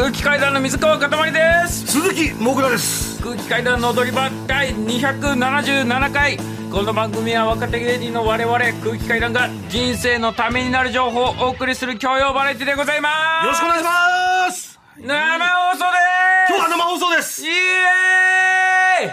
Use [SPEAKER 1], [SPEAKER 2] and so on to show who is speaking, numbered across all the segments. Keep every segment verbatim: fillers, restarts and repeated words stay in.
[SPEAKER 1] 空気階段の水川かたまりです。
[SPEAKER 2] 鈴木もぐらです。
[SPEAKER 1] 空気階段の踊り場第にひゃくななじゅうななかい。この番組は若手芸人の我々空気階段が人生のためになる情報をお送りする教養バラエティでございます。
[SPEAKER 2] よろしくお願いします。
[SPEAKER 1] 生放送です。
[SPEAKER 2] 今日は生放送です。
[SPEAKER 1] イエーイ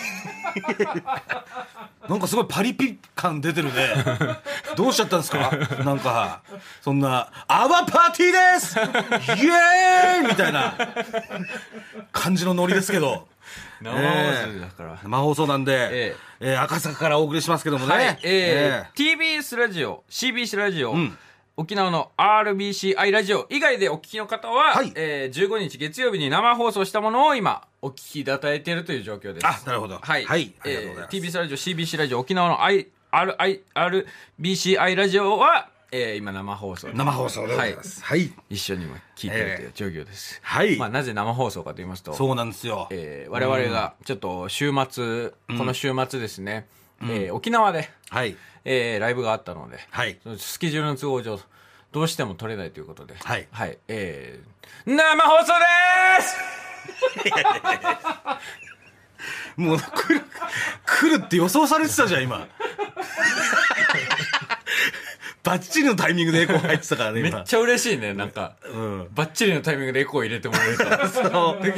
[SPEAKER 2] なんかすごいパリピ感出てるね。どうしちゃったんですか。なんかそんなアワーパーティーですイエーイみたいな感じのノリですけど、
[SPEAKER 1] 生放送だから、えー、
[SPEAKER 2] 生放送なんで、えーえー、赤坂からお送りしますけどもね、はい、えー
[SPEAKER 1] えー、ティービーエス ラジオ シービーシー ラジオ、うん、沖縄の アールビーシーアイ ラジオ以外でお聞きの方は、はい、えー、じゅうごにち月曜日に生放送したものを今お聞きいただいているという状況です。
[SPEAKER 2] あ、なるほど。
[SPEAKER 1] はい、
[SPEAKER 2] はい、
[SPEAKER 1] えー、ティービーエス ラジオ シービーシー ラジオ沖縄の アールビーシーアイ ラジオは、えー、今生放送
[SPEAKER 2] 生放送でございます。はい、
[SPEAKER 1] 一緒にも聞いているという状況です。
[SPEAKER 2] えー、はい。
[SPEAKER 1] まあ、なぜ生放送かと言いますと、
[SPEAKER 2] そうなんですよ。
[SPEAKER 1] えー、我々がちょっと週末、うん、この週末ですね、うん、えー、沖縄で、
[SPEAKER 2] はい、
[SPEAKER 1] えー、ライブがあったので、はい、スケジュールの都合上どうしても撮れないということで、
[SPEAKER 2] はい、
[SPEAKER 1] はい、えー、生放送でーす
[SPEAKER 2] もう来る来るって予想されてたじゃん今。バッチリのタイミングでエコー入ってたからね。
[SPEAKER 1] めっちゃ嬉しいね。なんか、うん、バッチリのタイミングでエコー入れてもらえた。時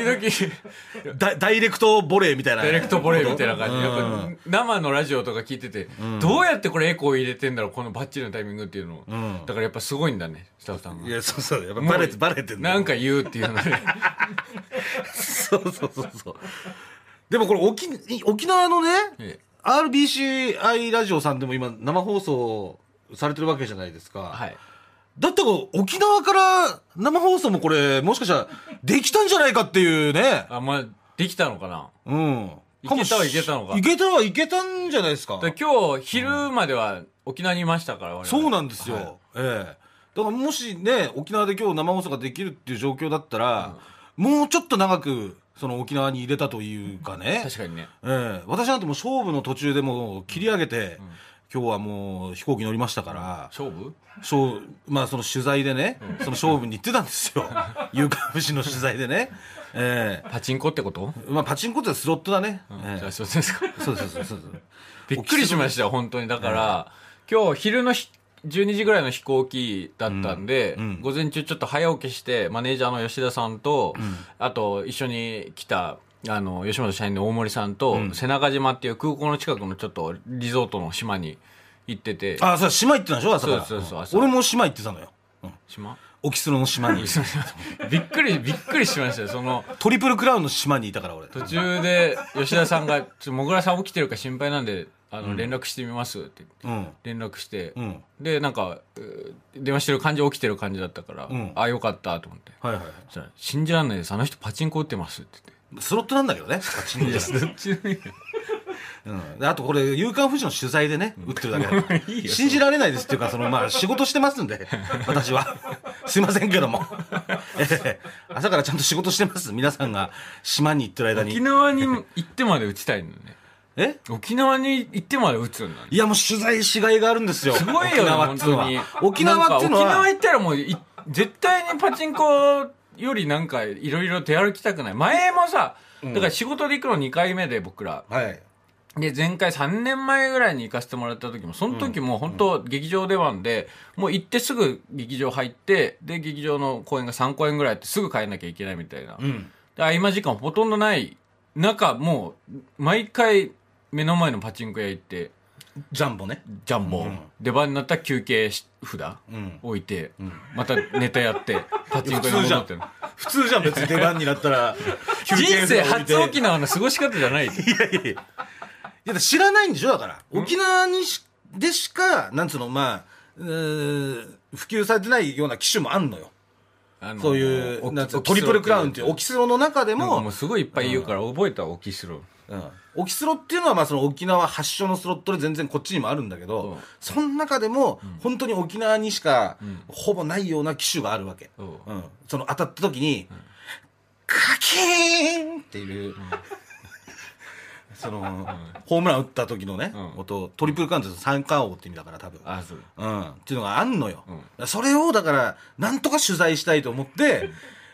[SPEAKER 1] 々
[SPEAKER 2] ダダイレクトボレーみたいな、
[SPEAKER 1] ダイレクトボレーみたいな感じ、うん、やっぱ生のラジオとか聞いてて、うん、どうやってこれエコー入れてんだろうこのバッチリのタイミングっていうのを、うん、だからやっぱすごいんだねスタッフさんが。
[SPEAKER 2] いやそうそうやっぱバレてバレてん
[SPEAKER 1] なんか言うっていうので
[SPEAKER 2] そうそうそうそう。でもこれ 沖, 沖縄のね、ええ、アールビーシーアイ ラジオさんでも今生放送されてるわけじゃないですか。
[SPEAKER 1] はい。
[SPEAKER 2] だったら沖縄から生放送もこれもしかしたらできたんじゃないかっていうね。
[SPEAKER 1] あ、まあできたのかな。
[SPEAKER 2] うん。
[SPEAKER 1] いけたはいけたのか。
[SPEAKER 2] いけたはいけたんじゃないですか。
[SPEAKER 1] 今日昼までは沖縄にいましたから。
[SPEAKER 2] うん、そうなんですよ。はい、ええ。だからもしね沖縄で今日生放送ができるっていう状況だったら、うん、もうちょっと長くその沖縄に入れたというかね。
[SPEAKER 1] 確かにね。
[SPEAKER 2] ええ。私なんてもう勝負の途中でもう切り上げて。うんうん、今日はもう飛行機乗りましたから。
[SPEAKER 1] 勝負？
[SPEAKER 2] 勝まあその取材でね、うん、その勝負に行ってたんですよ。有価節の取材でね。え
[SPEAKER 1] ー、パチンコってこと？
[SPEAKER 2] まあパチンコってスロットだね。
[SPEAKER 1] うん、えー、そうですか。
[SPEAKER 2] そうそうそうそう。
[SPEAKER 1] びっくりしましたよ本当に。だから、うん、今日昼のじゅうにじぐらいの飛行機だったんで、うんうん、午前中ちょっと早起きしてマネージャーの吉田さんと、うん、あと一緒に来たあの吉本社員の大森さんと、うん、瀬長島っていう空港の近くのちょっとリゾートの島に行ってて。
[SPEAKER 2] ああ、そう島行ってたんでしょ朝から。
[SPEAKER 1] そうそうそう、朝
[SPEAKER 2] 俺も島行ってたのよ、うん、
[SPEAKER 1] 島
[SPEAKER 2] オキスロの島に
[SPEAKER 1] びっくりびっくりしましたよ。その
[SPEAKER 2] トリプルクラウンの島にいたから俺。
[SPEAKER 1] 途中で吉田さんがちょっともぐらさん起きてるか心配なんであの、うん、連絡してみますって言って、うん、連絡して、うん、でなんか電話してる感じ起きてる感じだったから、うん、ああよかったと思って、はいはいはい、じゃあ信じらんないです、あの人パチンコ打ってますって言って。
[SPEAKER 2] スロットなんだけどねパチンコじゃなくてうん、であとこれ夕刊フジの取材でね、うん、打ってるだけだからいい信じられないですっていうかその、まあ、仕事してますんで私はすいませんけども、えー、朝からちゃんと仕事してます。皆さんが島に行ってる間に
[SPEAKER 1] 沖縄に行ってまで打ちたいのね。
[SPEAKER 2] え
[SPEAKER 1] 沖縄に行ってまで打つんだ、ね、
[SPEAKER 2] いやもう取材しがいがあるんですよ。
[SPEAKER 1] すごいよね
[SPEAKER 2] 沖縄っていうのは。沖縄っていうのは
[SPEAKER 1] 沖縄行ったらもう絶対にパチンコよりなんかいろいろ手歩きたくない。前もさだから仕事で行くのにかいめで僕ら、
[SPEAKER 2] はい、
[SPEAKER 1] で前回さんねんまえぐらいに行かせてもらった時もその時も本当劇場出番で、うん、もう行ってすぐ劇場入ってで劇場の公演がさんこえんぐらいあってすぐ帰んなきゃいけないみたいな、うん、で合間時間ほとんどない中もう毎回目の前のパチンコ屋行って
[SPEAKER 2] ジャンボね
[SPEAKER 1] ジャンボ、うん、出番になったら休憩札置いて、うん、またネタやってパチンコ屋に戻ってる。
[SPEAKER 2] 普通じゃん別に出番になったら
[SPEAKER 1] 休憩人生初沖縄の過ごし方じゃない。いや
[SPEAKER 2] いやいやいや知らないんでしょだから、うん、沖縄にしでしかなんつうのまあうー普及されてないような機種もあんのよ。あのー、そういうなんつうトリプルクラウンっていうオキスロの中でも
[SPEAKER 1] もうすごいいっぱい言うから覚えたオキスロ、
[SPEAKER 2] うん、オキスロっていうのはまあその沖縄発祥のスロットで全然こっちにもあるんだけど、うん、その中でも本当に沖縄にしかほぼないような機種があるわけ、うんうん、その当たった時に、うん、カキーンっていう、うんその、うん、ホームラン打った時のね、うん、音トリプルカウントで三冠王って意味だから多分
[SPEAKER 1] あそう、
[SPEAKER 2] うん、っていうのがあんのよ、うん、それをだからなんとか取材したいと思って、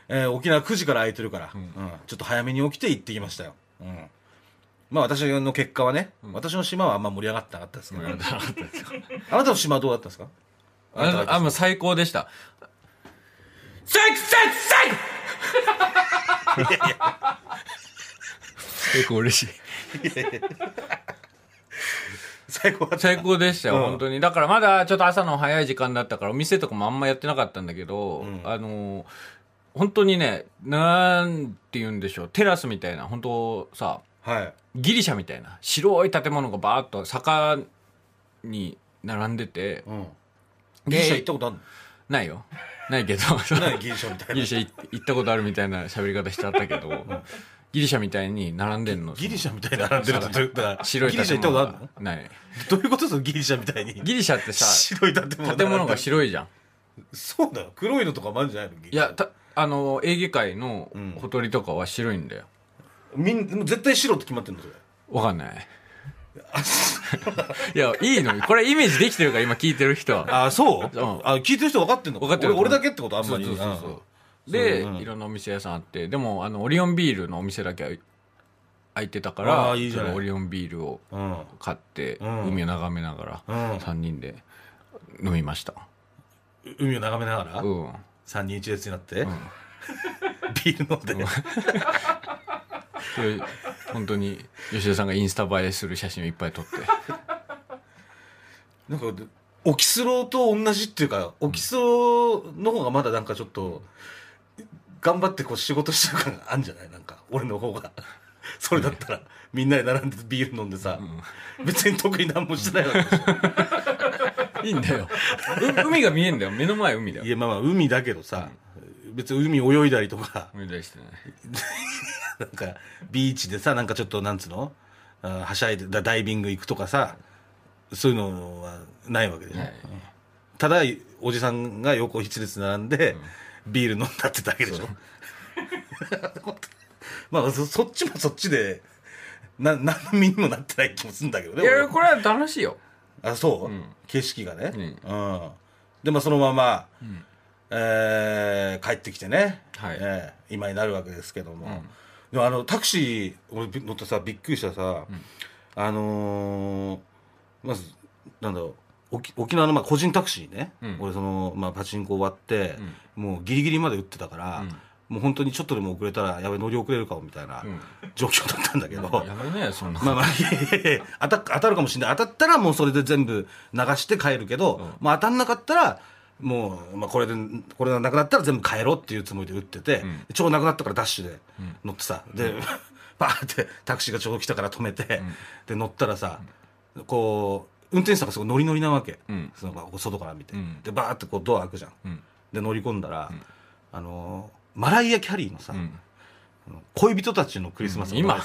[SPEAKER 2] えー、沖縄くじから空いてるから、うんうん、ちょっと早めに起きて行ってきましたよ。うん、まあ私の結果はね、うん、私の島はあんま盛り上がってなかったですけど、ね、あなたの島はどうだったんですか？
[SPEAKER 1] あなたあもう最高でした。最高最高最高いやいや結構嬉しい
[SPEAKER 2] 最高
[SPEAKER 1] 最高でしたよ、うん、本当に。だからまだちょっと朝の早い時間だったからお店とかもあんまやってなかったんだけど、うん、あの本当にね、なんて言うんでしょう、テラスみたいな、本当さ、
[SPEAKER 2] はい、
[SPEAKER 1] ギリシャみたいな白い建物がバーッと坂に並んでて、
[SPEAKER 2] うん、ギリシャ行ったことあるの？
[SPEAKER 1] ないよ、ないけど
[SPEAKER 2] ないギリシャみたいな
[SPEAKER 1] ギリシャ行ったことあるみたいな喋り方しちゃったけど、うん、ギリシャみたいに並んでんの。
[SPEAKER 2] ギリシャみたいに並んでると言ったら
[SPEAKER 1] 白い建物。
[SPEAKER 2] ギリシャ行ったことあるの？
[SPEAKER 1] ない。
[SPEAKER 2] どういうこと？そのギリシャみたいに。
[SPEAKER 1] ギリシャってさ、
[SPEAKER 2] 白い建物
[SPEAKER 1] 建物が白いじゃん。
[SPEAKER 2] そうだよ。黒いのとかもあるんじゃないの？
[SPEAKER 1] いや、たあのエーゲ海のほとりとかは白いんだよ。
[SPEAKER 2] うん、みん絶対白って決まってんのそれ？
[SPEAKER 1] わかんない。いや、いいのに。これイメージできてるから今聞いてる人は。
[SPEAKER 2] あ、そう？うん、あ、聞いてる人分かってんの？
[SPEAKER 1] 分かってる。
[SPEAKER 2] 俺だけってこと？あんまり。
[SPEAKER 1] そうそうそうそうで、うん、いろんなお店屋さんあって、でもあのオリオンビールのお店だけは空いてたから、
[SPEAKER 2] いいじゃない、
[SPEAKER 1] オリオンビールを買って、うん、海を眺めながら、うん、さんにんで飲みました。
[SPEAKER 2] 海を眺めながら、
[SPEAKER 1] うん、
[SPEAKER 2] さんにん一列になって、うん、ビール飲んで、うん、
[SPEAKER 1] それ本当に吉田さんがインスタ映えする写真をいっぱい撮って
[SPEAKER 2] なんかオキスロと同じっていうか、オキスロの方がまだなんかちょっと頑張ってこう仕事してる感があるんじゃない？なんか俺の方がそれだったらみんなで並んでビール飲んでさ、うん、別に特に何もしてないわけでし
[SPEAKER 1] ょいいんだよ海が見えんだよ、目の前海だよ。
[SPEAKER 2] いやまあまあ海だけどさ、うん、別に海泳いだりとか
[SPEAKER 1] 泳いだりしてない
[SPEAKER 2] なんかビーチでさ、なんかちょっとなんつうの、はしゃいでダイビング行くとかさ、そういうのはないわけでしょ、はい、ただおじさんが横一列並んで、うん、ビール飲んだってだけでしょまあ そ, そっちもそっちでな何の身にもなってない気もするんだけどね。
[SPEAKER 1] いやこれは楽しいよ。
[SPEAKER 2] あ、そう、うん、景色がね、うん、うん、でまあそのまま、うん、えー、帰ってきてね、
[SPEAKER 1] はい、
[SPEAKER 2] えー、今になるわけですけども、うん、でもあのタクシー俺乗ってさびっくりしたさ、うん、あのー、まずなんだろう、沖, 沖縄のまあ個人タクシーね、うん、俺その、まあ、パチンコ終わって、うん、もうギリギリまで打ってたから、うん、もう本当にちょっとでも遅れたらやべ乗り遅れるかもみたいな状況だったんだけど、うん、
[SPEAKER 1] やめねそんな、
[SPEAKER 2] まあまあ当た、当たるかもしれない、当たったらもうそれで全部流して帰るけど、うん、まあ当たんなかったらもう、まあ、これでこれがなくなったら全部帰ろうっていうつもりで打ってて、うん、ちょうどなくなったからダッシュで乗ってさ、うん、でバーってタクシーがちょうど来たから止めて、うん、で乗ったらさ、こう運転手さんがすごいノリノリなわけ、うん、その外から見て、うん、でバーってこうドア開くじゃん、うん、で乗り込んだら、うん、あのーマライア・キャリーのさ、うん、恋人たちのクリスマス、うん、
[SPEAKER 1] 今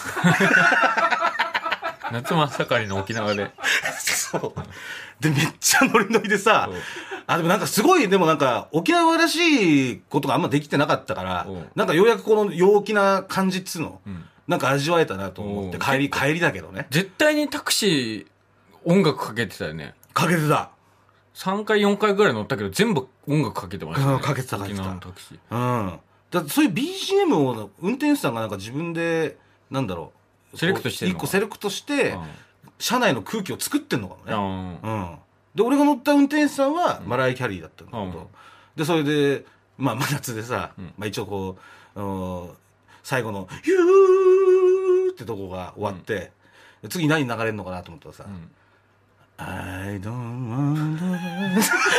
[SPEAKER 1] 夏真っ盛りの沖縄で
[SPEAKER 2] そうでめっちゃノリノリでさ、あでもなんかすごい、でもなんか沖縄らしいことがあんまできてなかったから、なんかようやくこの陽気な感じっつうの、うん、なんか味わえたなと思って、帰り帰りだけどね。
[SPEAKER 1] 絶対にタクシー音楽かけてたよね。
[SPEAKER 2] かけてた。
[SPEAKER 1] さんかいよんかいぐらい乗ったけど全部音楽かけてましたね。
[SPEAKER 2] かけてたかけてた。
[SPEAKER 1] 沖縄のタクシ
[SPEAKER 2] ー。うん。だってそういう ビージーエム を運転手さんがなんか自分でなんだろう
[SPEAKER 1] セレクトしてるの
[SPEAKER 2] 一個セレクトして、うん、車内の空気を作ってんのかもね、
[SPEAKER 1] うん
[SPEAKER 2] うん、で俺が乗った運転手さんはマライア・キャリーだったんだけど、うん、でそれでまあ真夏でさ、うんまあ、一応こう、うん、最後の「ヒュー」ってとこが終わって、うん、次何流れるのかなと思ったらさ「うん、I don't want to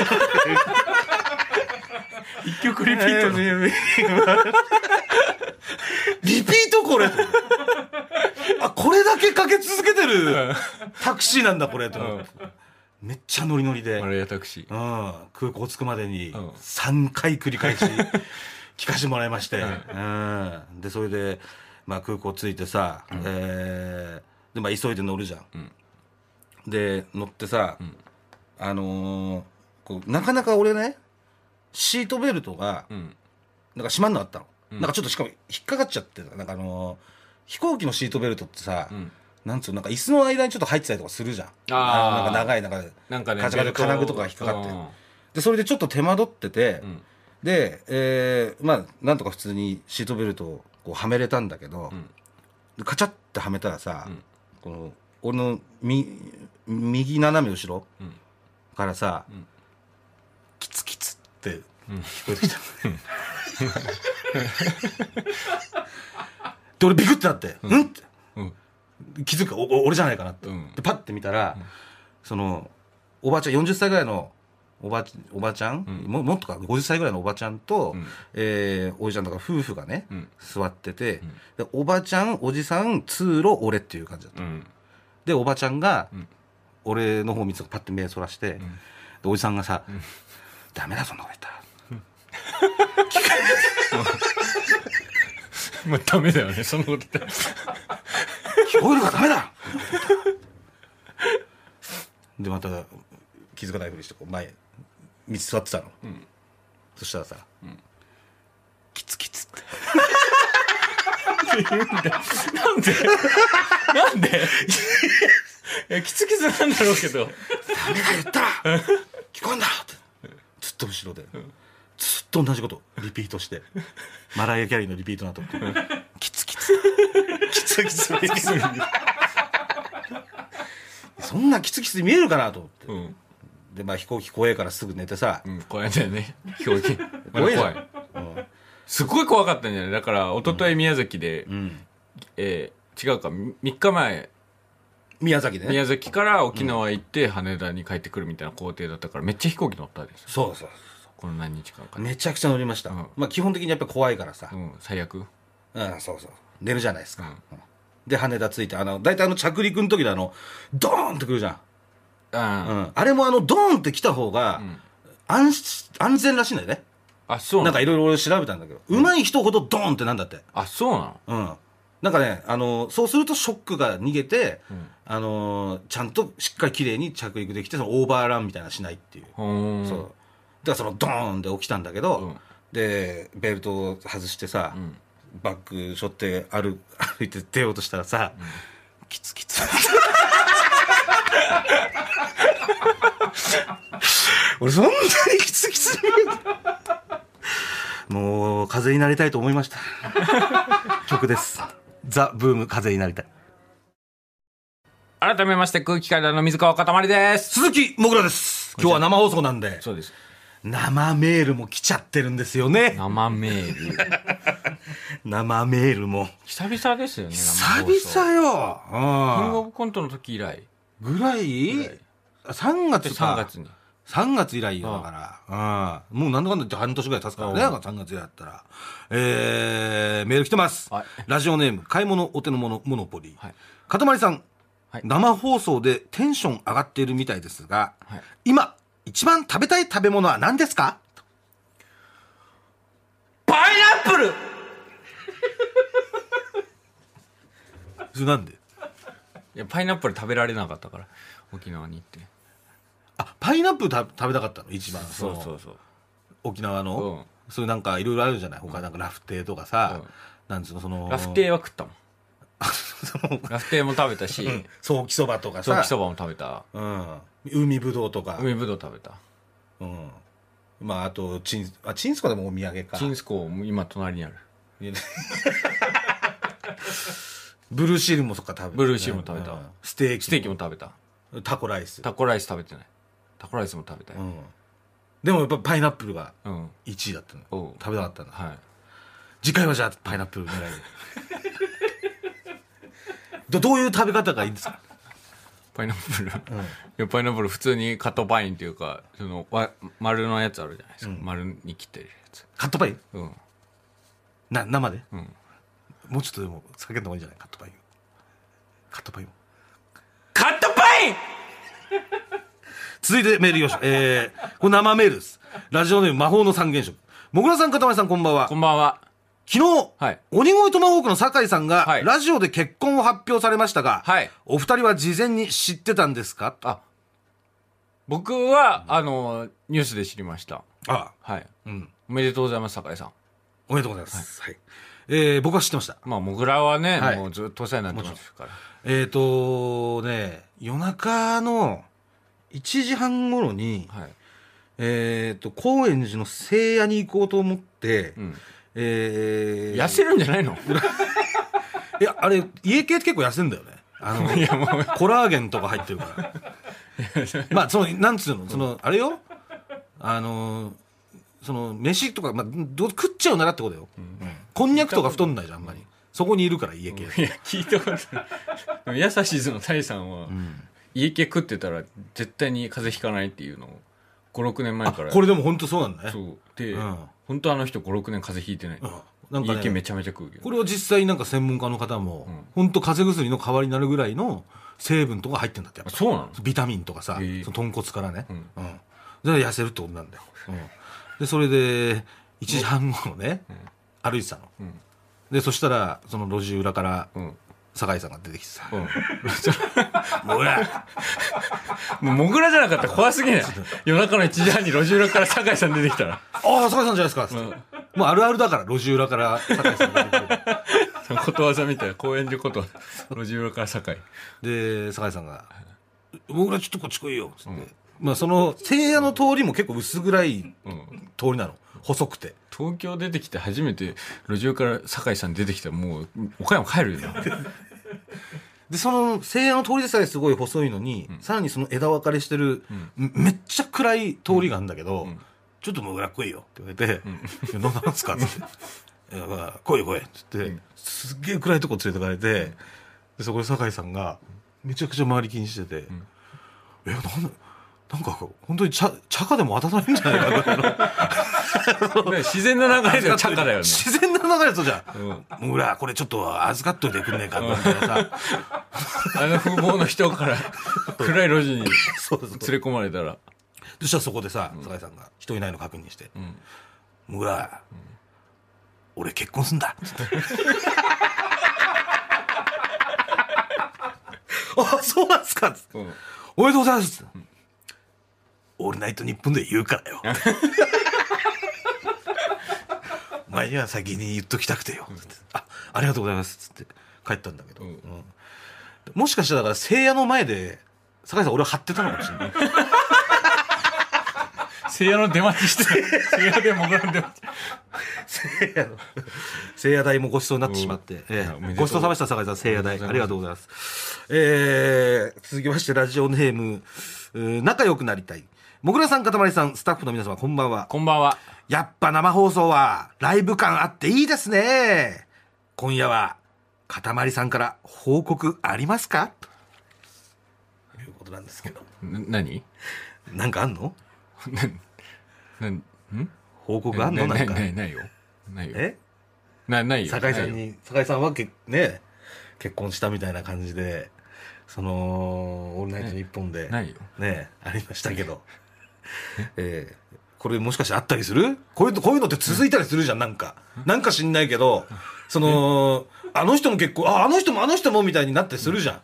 [SPEAKER 1] 一曲リピートの
[SPEAKER 2] リピートこれあこれだけかけ続けてるタクシーなんだこれと思って、うん、めっちゃノリノリで
[SPEAKER 1] マライアタクシー、
[SPEAKER 2] うん、空港着くまでにさんかい繰り返し聞かせてもらいまして、うんうん、でそれで、まあ、空港着いてさ、うんえーでまあ、急いで乗るじゃん、うん、で乗ってさ、うん、あのー、こうなかなか俺ねシートベルトが、うん、なんか閉まんなかったの、うん、なんかちょっとしかも引っかかっちゃってなんかあのー、飛行機のシートベルトってさ、うん、なんつうなんか椅子の間にちょっと入ってたりとかするじゃん。ああなんか長いなんか
[SPEAKER 1] なんかね
[SPEAKER 2] カチャカチャ金具とか引っかかってでそれでちょっと手間取ってて、うん、 で、えー、まあなんとか普通にシートベルトをこうはめれたんだけど、うん、カチャッてはめたらさ、うん、この俺のみ右斜め後ろからさ、うん、キツキツって聞こえてきた、うん、で俺ビクってなってうん、うんって、うん、気づくお俺じゃないかなって、うん、でパッて見たら、うん、そのおばあちゃんよんじゅっさいぐらいのおば, おばちゃん、うん、も, もっとかごじゅっさいぐらいのおばちゃんと、うん、えー、おじちゃんとか夫婦がね、うん、座ってて、うん、でおばちゃんおじさん通路俺っていう感じだった、うん、でおばちゃんが、うん、俺の方を見てパッて目そらして、うん、でおじさんがさ、うん、ダメだそんなこと言ったら、
[SPEAKER 1] うん、まあダメだよねそんなこと言ったら
[SPEAKER 2] 聞こえるからダメだでまた気づかないふりしてこう前道座ってたの、うん、そしたらさ、うん、キツキツって
[SPEAKER 1] なんでなんでなんでいやキツキツなんだろうけど
[SPEAKER 2] ダメだ言ったら聞こえんだろってずっと後ろで、うん、ずっと同じことリピートしてマライア・キャリーのリピートなと思ってキツキツキツキツキツそんなキツキツに見えるかなと思って、うん、でまあ飛行機怖いからすぐ寝てさ、
[SPEAKER 1] うん、怖いんだよね飛行機怖い怖い、うん、すごい怖かったんじゃないだから一昨日宮崎で、うんえー、違うかみっかまえ
[SPEAKER 2] 宮崎でね
[SPEAKER 1] 宮崎から沖縄行って羽田に帰ってくるみたいな工程だったからめっちゃ飛行機乗ったんですよ
[SPEAKER 2] そうそうそう
[SPEAKER 1] この何日間か
[SPEAKER 2] めちゃくちゃ乗りました、うんまあ、基本的にやっぱり怖いからさ、
[SPEAKER 1] うん、最悪
[SPEAKER 2] うんそうそう寝るじゃないですか、うん、で羽田着いてあの大体あの着陸の時であのドーンってくるじゃんうん、あれもあのドーンって来た方が、うん、安, 安全らしいんだよね
[SPEAKER 1] あそう
[SPEAKER 2] なんかいろいろ俺調べたんだけど、うん、上手い人ほどドーンってなんだって
[SPEAKER 1] あそうなの
[SPEAKER 2] うんなんかねあのそうするとショックが逃げて、うん、あのちゃんとしっかり綺麗に着陸できてそのオーバーランみたいなのしないっていうそうだからそのドーンで起きたんだけど、うん、でベルトを外してさ、うん、バッグ背負って歩, 歩いて出ようとしたらさ、うん、キツキツ俺そんなにキツキツもう風になりたいと思いました曲ですザ・ブーム風になりたい
[SPEAKER 1] 改めまして空気階段の水川かたまりです
[SPEAKER 2] 鈴木もぐらです今日は生放送なんで
[SPEAKER 1] そうです
[SPEAKER 2] 生メールも来ちゃってるんですよね
[SPEAKER 1] 生メール
[SPEAKER 2] 生メールも
[SPEAKER 1] 久々ですよね
[SPEAKER 2] 久々よ
[SPEAKER 1] キングオブコントの時以来
[SPEAKER 2] ぐらいぐらいさんがつか
[SPEAKER 1] さんがつに
[SPEAKER 2] さんがつ以来よだからうんもうなんだかんだ言って半年ぐらい経つからねさんがつ以来だったらえー、メール来てます、はい、ラジオネーム買い物お手の物モノポリー、はい、かたまりさん、はい、生放送でテンション上がっているみたいですが、はい、今一番食べたい食べ物は何ですか
[SPEAKER 1] パイナップル
[SPEAKER 2] それなんで
[SPEAKER 1] いやパイナップル食べられなかったから沖縄に行って
[SPEAKER 2] あパイナップルた食べたかったの一番
[SPEAKER 1] そうそうそう
[SPEAKER 2] 沖縄の、うん、そういうなんかいろいろあるじゃない他なんかラフテーとかさ、うん、なんつうのその
[SPEAKER 1] ラフテーは食ったもんラフテーも食べたし、うん、
[SPEAKER 2] ソーキそばとかさ
[SPEAKER 1] ソーキそばも食べた、
[SPEAKER 2] うん、海ぶどうとか
[SPEAKER 1] 海ぶどう食べた
[SPEAKER 2] うんまああとチンあチンスコでもお土産か
[SPEAKER 1] チンスコ今隣にある
[SPEAKER 2] ブルーシールもそっか食べた
[SPEAKER 1] ブルーシールも食べた、うん、
[SPEAKER 2] ステーキ
[SPEAKER 1] ステーキも食べた
[SPEAKER 2] タコライス
[SPEAKER 1] タコライス食べてないタコライスも食べたよ、うん、
[SPEAKER 2] でもやっぱパイナップルがいちいだったの、うん、食べたかったんだ、はい、次回はじゃあパイナップル狙いでどういう食べ方がいいんですか
[SPEAKER 1] パイナップル、うん、いやパイナップル普通にカットパインっていうかその丸のやつあるじゃないですか、うん、丸に切ってるやつ
[SPEAKER 2] カットパイン
[SPEAKER 1] うん
[SPEAKER 2] な生で、うん、もうちょっとでも避けた方がいいんじゃないカットパインカットパイン
[SPEAKER 1] カットパイン
[SPEAKER 2] 続いてメールよし、えー、これ生メールです。ラジオネーム魔法の三原色。もぐらさん、かたまりさん、こんばんは。
[SPEAKER 1] こんばんは。
[SPEAKER 2] 昨日、はい、鬼越トマホークの酒井さんが、はい、ラジオで結婚を発表されましたが、はい、お二人は事前に知ってたんですか？
[SPEAKER 1] あ、僕は、うん、あのニュースで知りました。
[SPEAKER 2] あ、
[SPEAKER 1] はい、うん。おめでとうございます、酒井さん。
[SPEAKER 2] おめでとうございます。はい。はい、えー、僕は知ってました。
[SPEAKER 1] まあ、もぐらはね、はい、もうずっとお世話になってますから。
[SPEAKER 2] えーとね、夜中のいちじはん頃に、はい、 えっと高円寺の聖夜に行こうと思って、うん、えー、
[SPEAKER 1] 痩せるんじゃないの？
[SPEAKER 2] いやあれ家系って結構痩せるんだよね。あのいやもうコラーゲンとか入ってるからまあそのなんつうのそのあれよ、あのその飯とか、まあ、ど食っちゃうならってことよ、うん、こんにゃくとか太んないじゃんあんまり。そこにいるから家系、うん、
[SPEAKER 1] いや聞いたことない。やさしずのタイさんは、うん、家系食ってたら絶対に風邪ひかないっていうのをごろくねんまえから。
[SPEAKER 2] これでも本当そうなんだね。
[SPEAKER 1] そうで、うん、本当あの人ごろくねん風邪ひいてない、うん、なんかね、家系めちゃめちゃ食うけど、
[SPEAKER 2] これを実際なんか専門家の方も、うん、本当風邪薬の代わりになるぐらいの成分とか入ってるんだって。やっぱ
[SPEAKER 1] そうなの？
[SPEAKER 2] ビタミンとかさ、その豚骨からね、うんうん、それで痩せるってことなんだよ、うん、でそれでいちじはんごのね、うん、歩いてたの、うん、でそしたらその路地裏から、うん、酒井さんが出てきてさ、うん、もぐら
[SPEAKER 1] もうもぐらじゃなかったら怖すぎない？夜中のいちじはんに路地裏から酒井さん出てきたら
[SPEAKER 2] ああ酒井さんじゃないですか、うん、もうあるあるだから路地裏から酒井さんが出てくる
[SPEAKER 1] ことわざみたいな高円寺ことわざ路地裏から酒井
[SPEAKER 2] で酒井さんが「もぐらちょっとこっち来いよ」っつって、うん、まあその聖夜の通りも結構薄暗い通りなの、細くて。
[SPEAKER 1] 東京出てきて初めて路地裏から酒井さん出てきたらもう岡山帰るよね
[SPEAKER 2] でその聖夜の通りでさえすごい細いのに、うん、さらにその枝分かれしてる、うん、めっちゃ暗い通りがあるんだけど、うん、ちょっともぐら来いよって言われて「うん、何なんですか?」っつって「いやまあ、来いよ来い」っつって、うん、すっげえ暗いとこ連れてかれて、でそこで酒井さんがめちゃくちゃ周り気にしてて「うん、えなんだなんか本当に茶茶化でも渡されるんじゃないか
[SPEAKER 1] な自然な流れで茶化だよね。
[SPEAKER 2] 自然な流れだとじゃん、うん、もうほらこれちょっと預かっといてくんねえかみたいなさ
[SPEAKER 1] あの風貌の人から暗い路地に連れ込まれたら
[SPEAKER 2] そしたらそこでさ、うん、酒井さんが人いないの確認して「もぐら、うん、俺結婚すんだ」あそうなんすかっつって、うん、おめでとうございますっつって、うんオールナイトニッポンで言うからよお前には先に言っときたくてよ、うん、あ, ありがとうございますっつって帰ったんだけど、うんうん、もしかしたらだから聖夜の前で酒井さん俺は張ってたのかもしれない
[SPEAKER 1] 聖夜の出待ちして聖夜でもぐらんで
[SPEAKER 2] 聖夜の聖夜代もごちそうになってしまって、えー、ごちそうさまでした酒井さん聖夜代ありがとうございます、えー、続きましてラジオネーム仲良くなりたいもぐらさんかたまりさんスタッフの皆様こんばんは。
[SPEAKER 1] こんばんは。
[SPEAKER 2] やっぱ生放送はライブ感あっていいですね。今夜はかたまりさんから報告ありますかということなんですけど。
[SPEAKER 1] な何
[SPEAKER 2] なんかあんの
[SPEAKER 1] ななんん
[SPEAKER 2] 報告あんのなんか
[SPEAKER 1] ないないよないよ
[SPEAKER 2] え
[SPEAKER 1] なないよ
[SPEAKER 2] 酒井さんに酒井さんはけね結婚したみたいな感じでそのオールナイトニッポンで
[SPEAKER 1] ないよ
[SPEAKER 2] ねありましたけどえー、これもしかしてあったりするこういうこういうのって続いたりするじゃんなんかなんか知んないけどそのあの人も結構ああの人もあの人もみたいになったりするじゃん、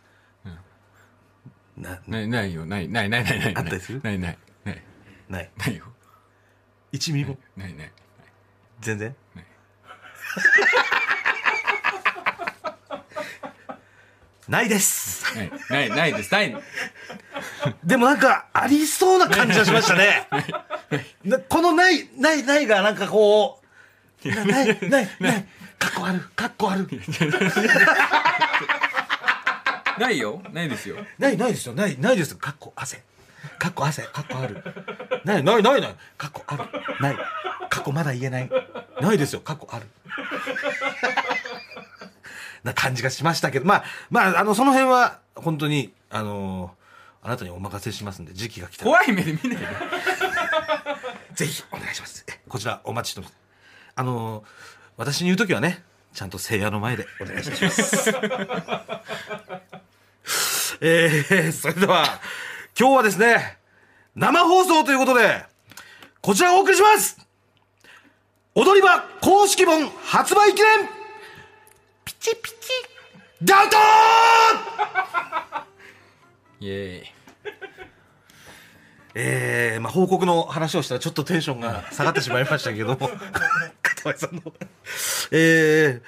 [SPEAKER 1] うん、なないないよないないないないない
[SPEAKER 2] あったりする
[SPEAKER 1] ないないない
[SPEAKER 2] ない
[SPEAKER 1] ないよ
[SPEAKER 2] 一ミリも
[SPEAKER 1] ないない
[SPEAKER 2] 全然ないないです
[SPEAKER 1] ないないないですない
[SPEAKER 2] でもなんかありそうな感じがしましたねこのないないないがなんかこうないないないないかっこあるかっこある
[SPEAKER 1] ないよないですよ
[SPEAKER 2] ないないですよないないですよかっこ汗かっこ汗かっこあるないないないないかっこあるないかっこまだ言えないないですよかっこあるな感じがしましたけどまあまああのその辺は本当にあのー、あなたにお任せしますんで時期が来たら
[SPEAKER 1] 怖い目で見ないで
[SPEAKER 2] ぜひお願いしますこちらお待ちしてますあのー、私に言うときはねちゃんと聖夜の前でお願いしますえー、それでは今日はですね生放送ということでこちらをお送りします踊り場公式本発売記念ピチピチダウト
[SPEAKER 1] イエーイ
[SPEAKER 2] えー、まあ報告の話をしたらちょっとテンションが下がってしまいましたけども片前さんのえー、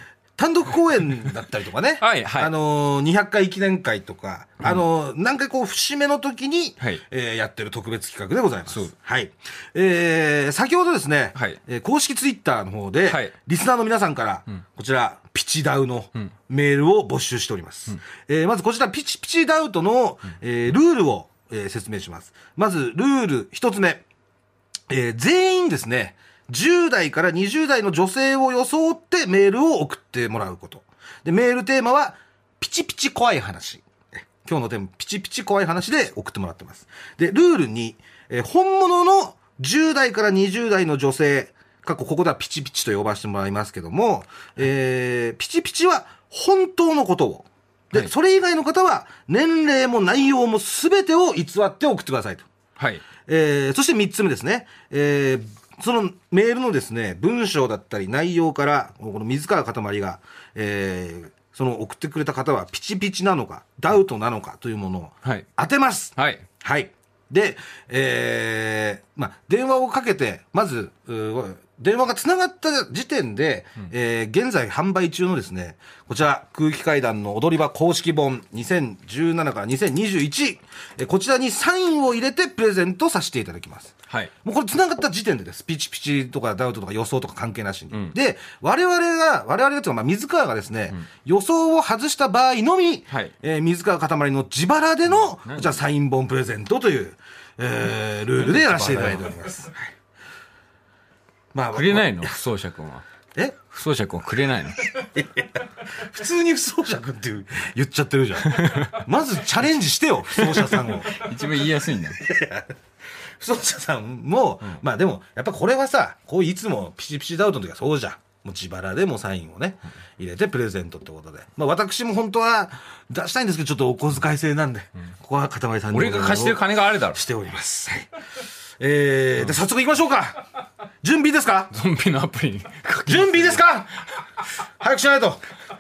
[SPEAKER 2] 単独公演だったりとかね、
[SPEAKER 1] はいはい、
[SPEAKER 2] あのー、にひゃっかい記念会とか、うん、あのー、何回こう節目の時に、はい、えー、やってる特別企画でございます。はい。えー、先ほどですね、はい、えー、公式ツイッターの方で、はい、リスナーの皆さんから、うん、こちらピチダウのメールを募集しております。うん、えー、まずこちらピチピチダウトの、うん、えー、ルールを、えー、説明します。まずルール一つ目、えー、全員ですね、じゅう代からにじゅう代の女性を装ってメールを送ってもらうこと。で、メールテーマは、ピチピチ怖い話。今日のテーマ、ピチピチ怖い話で送ってもらってます。で、ルールに、えー、本物のじゅう代からにじゅう代の女性、過去ここではピチピチと呼ばせてもらいますけども、えー、ピチピチは本当のことを。で、はい、それ以外の方は、年齢も内容も全てを偽って送ってくださいと。はい。えー、そしてみっつめですね。えー、そのメールのですね、文章だったり内容から、この水川かたまりが、えー、その送ってくれた方はピチピチなのか、ダウトなのかというものを当てます。はい。はい。で、えー、まあ、電話をかけて、まず、電話がつながった時点で、うん、えー、現在販売中のですね、こちら空気階段の踊り場公式本にせんじゅうななからにせんにじゅういち、えー、こちらにサインを入れてプレゼントさせていただきます。はい。もうこれつながった時点でです。ピチピチとかダウトとか予想とか関係なしに。うん、で、我々が、我々がというか、まあ、水川がですね、うん、予想を外した場合のみ、はい、えー、水川かたまりの自腹での、うん、じゃあサイン本プレゼントという、えー、ルールでやらせていただいております。
[SPEAKER 1] まあ、くれないの不走者君は。
[SPEAKER 2] え
[SPEAKER 1] 不走者君はくれないの
[SPEAKER 2] 普通に不走者君って言っちゃってるじゃん。まずチャレンジしてよ、不走者さんを。
[SPEAKER 1] 一番言いやすいんだよ。
[SPEAKER 2] 不走者さんも、うん、まあでも、やっぱこれはさ、こういつもピチピチダウトの時はそうじゃん。もう自腹でもサインをね、入れてプレゼントってことで。まあ私も本当は出したいんですけど、ちょっとお小遣い制なんで、うん、ここはかたまりさんに。
[SPEAKER 1] 俺が貸してる金があるだろ。
[SPEAKER 2] しております。はい。えー、うん、で、早速行きましょうか。準備ですか？
[SPEAKER 1] ゾンビのアプリに。
[SPEAKER 2] 準備ですか？早くしないと。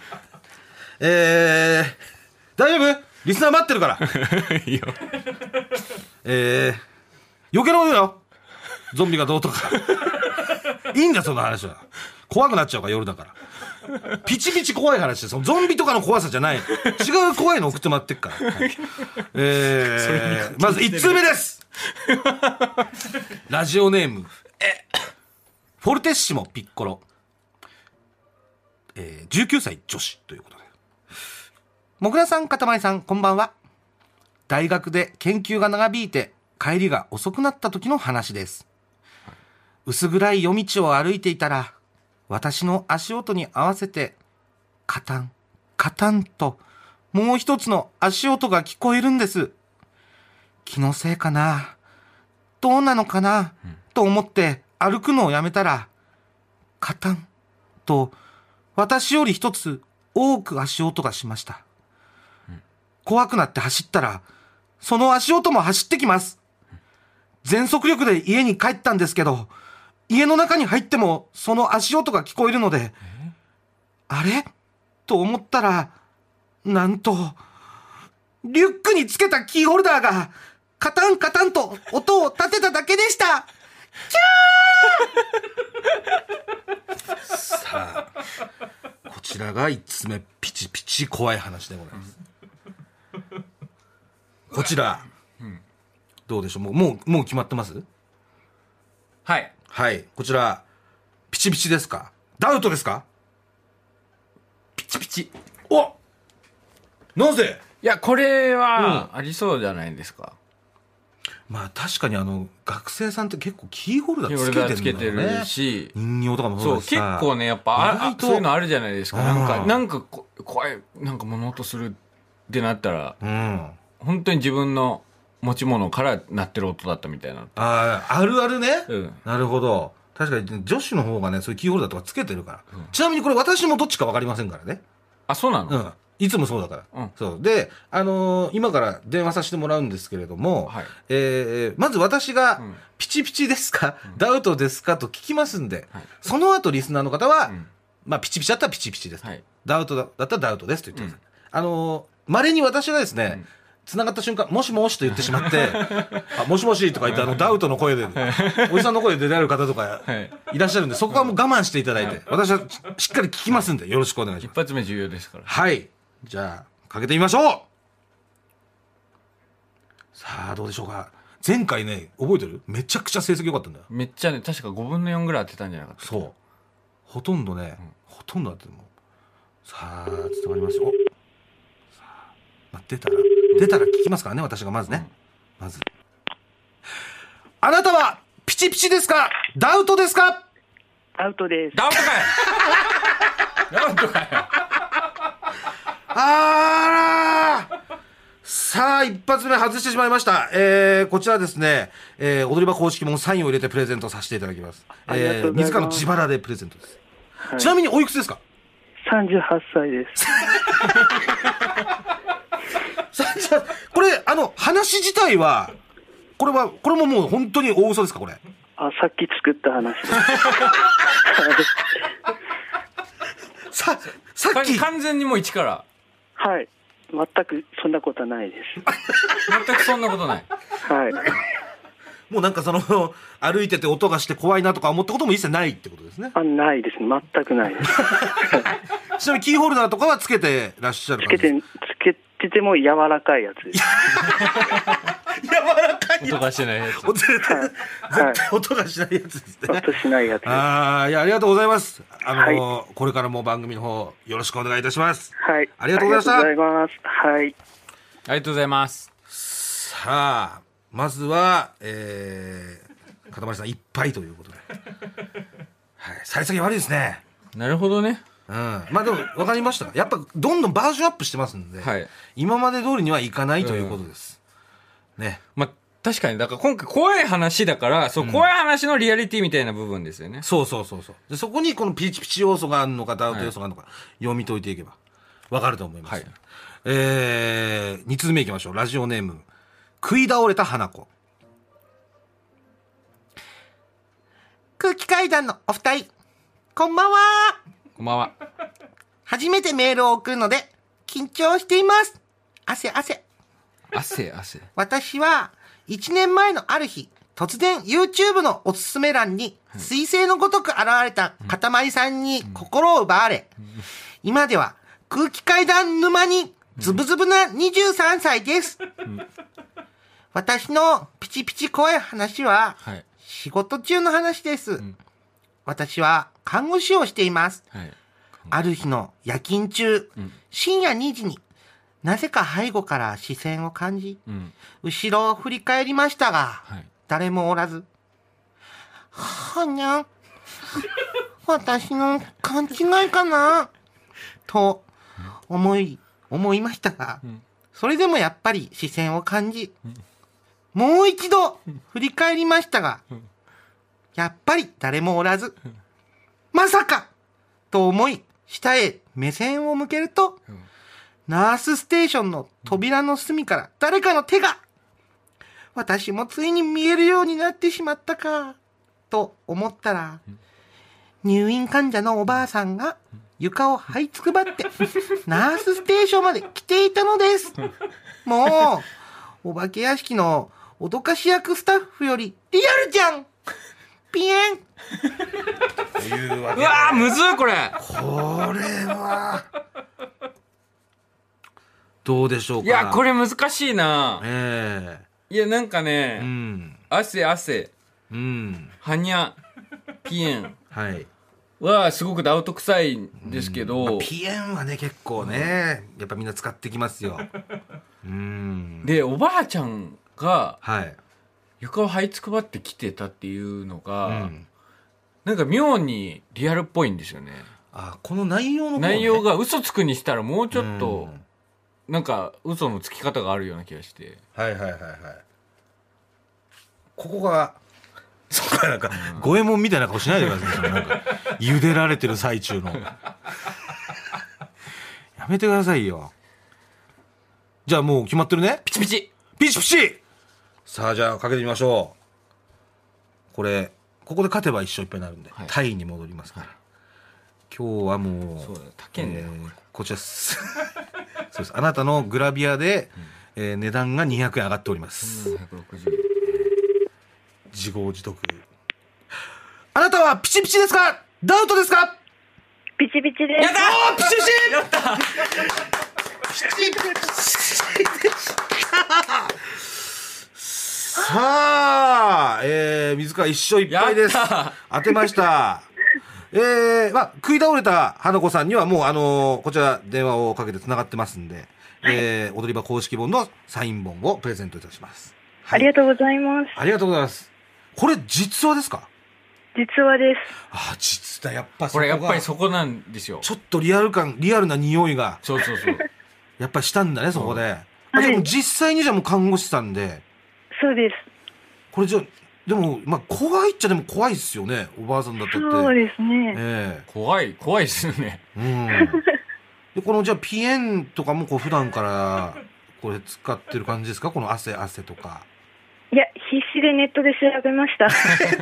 [SPEAKER 2] えー、大丈夫？リスナー待ってるから。いいよ。えー、余計なこと言うよ。ゾンビがどうとか。いいんだ、その話は。怖くなっちゃうから夜だから。ピチピチ怖い話で、そのゾンビとかの怖さじゃない。違う怖いの送ってもらってっから。はい、えー、まずいち通目です。ラジオネーム。フォルテッシモピッコロ、えー、じゅうきゅうさい女子ということで。もぐらさん、かたまりさん、こんばんは。大学で研究が長引いて帰りが遅くなった時の話です。薄暗い夜道を歩いていたら、私の足音に合わせてカタンカタンともう一つの足音が聞こえるんです。気のせいかな、どうなのかな、うん、と思って歩くのをやめたら、カタンと私より一つ多く足音がしました。うん、怖くなって走ったら、その足音も走ってきます。全速力で家に帰ったんですけど、家の中に入ってもその足音が聞こえるので、あれと思ったら、なんとリュックにつけたキーホルダーがカタンカタンと音を立てただけでした。キャーさあ、こちらがいちつめ、ピチピチ怖い話でございます。こちら、うん、どうでしょう。もうもうもう決まってます？
[SPEAKER 1] はい
[SPEAKER 2] はい、こちらピチピチですか？ダウトですか？
[SPEAKER 1] ピチピチ。
[SPEAKER 2] お、なぜ？
[SPEAKER 1] いや、これはありそうじゃないですか。
[SPEAKER 2] うん、まあ確かにあの学生さんって結構キーホルダーつけてるんだよね。
[SPEAKER 1] つけてるし、
[SPEAKER 2] 人形とかもそうだしさ。
[SPEAKER 1] そう、結構ね、やっぱああそういうのあるじゃないですか。なんかなんかこ怖い、なんか物音するってなったら、うん、本当に自分の持ち物から鳴ってる音だったみたいな。
[SPEAKER 2] ああ、あるあるね、うん、なるほど。確かに女子の方がね、そういうキーホルダーとかつけてるから、うん、ちなみにこれ私もどっちか分かりませんからね。
[SPEAKER 1] あ、そうなの？
[SPEAKER 2] うん、いつもそうだから、うん、そうで、あのー、今から電話させてもらうんですけれども、はい、えー、まず私が、うん、ピチピチですか、うん、ダウトですかと聞きますんで、はい、その後リスナーの方は、うん、まあピチピチだったらピチピチです、はい、ダウトだったらダウトですと言ってください。うん、あのー、稀に私がですね、 繋がった瞬間、もしもしと言ってしまって、あ、もしもしとか言って、あの、ダウトの声で、おじさんの声で出られる方とかいらっしゃるんで、そこはもう我慢していただいて、はい、私はしっかり聞きますんで、よろしくお願いします。
[SPEAKER 1] 一発目重要ですから。
[SPEAKER 2] はい。じゃあ、かけてみましょう。さあ、どうでしょうか。前回ね、覚えてる？めちゃくちゃ成績良かったんだよ。
[SPEAKER 1] めっちゃね、確かごぶんのよんぐらい当てたんじゃなかったっけ？
[SPEAKER 2] そう。ほとんどね、うん、ほとんど当てても。さあ、伝わりますよ。さあ、まあ、出たら、出たら聞きますからね、私がまずね。うん、まず。あなたは、ピチピチですか？ダウトですか？
[SPEAKER 3] ダウトです。
[SPEAKER 1] ダウトかよダウトかよ
[SPEAKER 2] あーさあ、一発目外してしまいました。えー、こちらですね、えー、踊り場公式もサインを入れてプレゼントさせていただきます。えー、自らの自腹でプレゼントです。はい、ちなみにおいくつですか？
[SPEAKER 3] さんじゅうはっさいです。
[SPEAKER 2] さんじゅうはちこれ、あの、話自体は、これは、これももう本当に大嘘ですか、これ。
[SPEAKER 3] あ、さっき作った話です。
[SPEAKER 2] さ、さっき。
[SPEAKER 1] 完全にもう一から。
[SPEAKER 3] はい。全くそんなことはないです。
[SPEAKER 1] 全くそんなことない。
[SPEAKER 3] はい。
[SPEAKER 2] もうなんかその歩いてて音がして怖いなとか思ったことも一切ないってことですね。
[SPEAKER 3] あ、ないですね。全くないです。
[SPEAKER 2] ちなみにキーホルダーとかはつけてらっしゃる感じですか？
[SPEAKER 3] つけてつけても柔らかいやつです。
[SPEAKER 2] 柔らかいやつ。
[SPEAKER 1] 音がしないやつ。
[SPEAKER 2] 絶対、はい、絶対音がしないやつですね。
[SPEAKER 3] 音しないやつ。
[SPEAKER 2] ああ、いや、ありがとうございます。あのーはい、これからも番組の方よろしくお願いいたします。
[SPEAKER 3] はい。
[SPEAKER 2] ありがとうございました。
[SPEAKER 3] ありがとうございます。はい。
[SPEAKER 1] ありがとうございます。
[SPEAKER 2] さあ、まずは、えー、かたまりさんいっぱいということで。はい。幸先悪いですね。
[SPEAKER 1] なるほどね。
[SPEAKER 2] うん。まあでも、わかりました。やっぱ、どんどんバージョンアップしてますんで、はい、今まで通りにはいかないということです。うん、ね。
[SPEAKER 1] まあ、確かに、だから今回怖い話だから、そう、うん、怖い話のリアリティみたいな部分ですよね。
[SPEAKER 2] そうそうそうそう。でそこにこのピチピチ要素があるのか、ダウト要素があるのか、はい、読み解いていけば、わかると思います。はい。えー、に通目いきましょう。ラジオネーム、食い倒れた花子。空気階段のお二人、こんばんは。
[SPEAKER 1] こんばんは。
[SPEAKER 2] 初めてメールを送るので、緊張しています。汗汗。
[SPEAKER 1] 汗汗。
[SPEAKER 2] 私は、一年前のある日、突然 YouTube のおすすめ欄に、彗星のごとく現れたかたまりさんに心を奪われ、今では空気階段沼にズブズブなにじゅうさんさいです。私のピチピチ怖い話は、はい、仕事中の話です、うん。私は看護師をしています。はい、ある日の夜勤中、うん、深夜にじになぜか背後から視線を感じ、うん、後ろを振り返りましたが、はい、誰もおらず、はにゃん、私の勘違いかなと思い、思いましたが、うん、それでもやっぱり視線を感じ、うん、もう一度振り返りましたが、うん、やっぱり誰もおらず、うん、まさかと思い、下へ目線を向けると、うん、ナースステーションの扉の隅から誰かの手が、私もついに見えるようになってしまったか、と思ったら、入院患者のおばあさんが床を這いつくばって、ナースステーションまで来ていたのです。もう、お化け屋敷の脅かし役スタッフよりリアルじゃんピエンというわけで、うわ
[SPEAKER 1] ーむずいこれ
[SPEAKER 2] これはどうでしょうか。
[SPEAKER 1] いやこれ難しいな。
[SPEAKER 2] ええー
[SPEAKER 1] いやなんかね、うん、汗汗、
[SPEAKER 2] うん、
[SPEAKER 1] はにゃ、ピエン、
[SPEAKER 2] はい、
[SPEAKER 1] はすごくダウト臭いんですけど、うんまあ、
[SPEAKER 2] ピエンはね結構ね、やっぱみんな使ってきますよ。うん、
[SPEAKER 1] でおばあちゃんが、
[SPEAKER 2] はい、
[SPEAKER 1] 床を這いつくばってきてたっていうのが、うん、なんか妙にリアルっぽいんですよね。
[SPEAKER 2] あこの内容の、ね、
[SPEAKER 1] 内容が嘘つくにしたらもうちょっと、うんなんか嘘のつき方があるような気がして。
[SPEAKER 2] はいはいはいはい。ここがそうかなんか五右衛門みたいな顔しないでください。なんか茹でられてる最中の。やめてくださいよ。じゃあもう決まってるね。
[SPEAKER 1] ピチピチ
[SPEAKER 2] ピチピチ。さあじゃあかけてみましょう。これここで勝てば一勝いっぱいになるんで、はい、タイに戻りますから。はい、今日はもう
[SPEAKER 1] そうだ他県だよ、
[SPEAKER 2] えー、こちらです。そうです。あなたのグラビアで、 えー、値段がにひゃくえん上がっております。
[SPEAKER 1] ひゃくろくじゅうえん。
[SPEAKER 2] 自業自得。あなたはピチピチですか？ダウトですか？
[SPEAKER 3] ピチピチです。
[SPEAKER 1] やった
[SPEAKER 2] おー、ピチピチ
[SPEAKER 1] やった
[SPEAKER 2] ピチピチでしたさあ、えー、水川一勝一敗です。当てました。えー、まあ、食い倒れた花子さんにはもう、あのー、こちら電話をかけて繋がってますんで、えー、踊り場公式本のサイン本をプレゼントいたします。
[SPEAKER 3] はい、ありがとうございます。
[SPEAKER 2] ありがとうございます。これ実話ですか？
[SPEAKER 3] 実話です。
[SPEAKER 2] あ、実だ。やっぱそこが
[SPEAKER 1] これやっぱりそこなんですよ。
[SPEAKER 2] ちょっとリアル感、リアルな匂いが。
[SPEAKER 1] そうそうそう。
[SPEAKER 2] やっぱりしたんだね、そこで。
[SPEAKER 3] はい、
[SPEAKER 2] あ、じゃあもう実際にじゃあもう看護師さんで。
[SPEAKER 3] そうです。
[SPEAKER 2] これじゃあ、でも、まあ、怖いっちゃでも怖いっすよね。おばあさんだったって。
[SPEAKER 3] そうですね。
[SPEAKER 2] え
[SPEAKER 1] え怖い、怖いですよね。
[SPEAKER 2] うん。で、このじゃあピエンとかもこう普段からこれ使ってる感じですか？この汗、汗とか。
[SPEAKER 3] いや、必死でネットで調べました。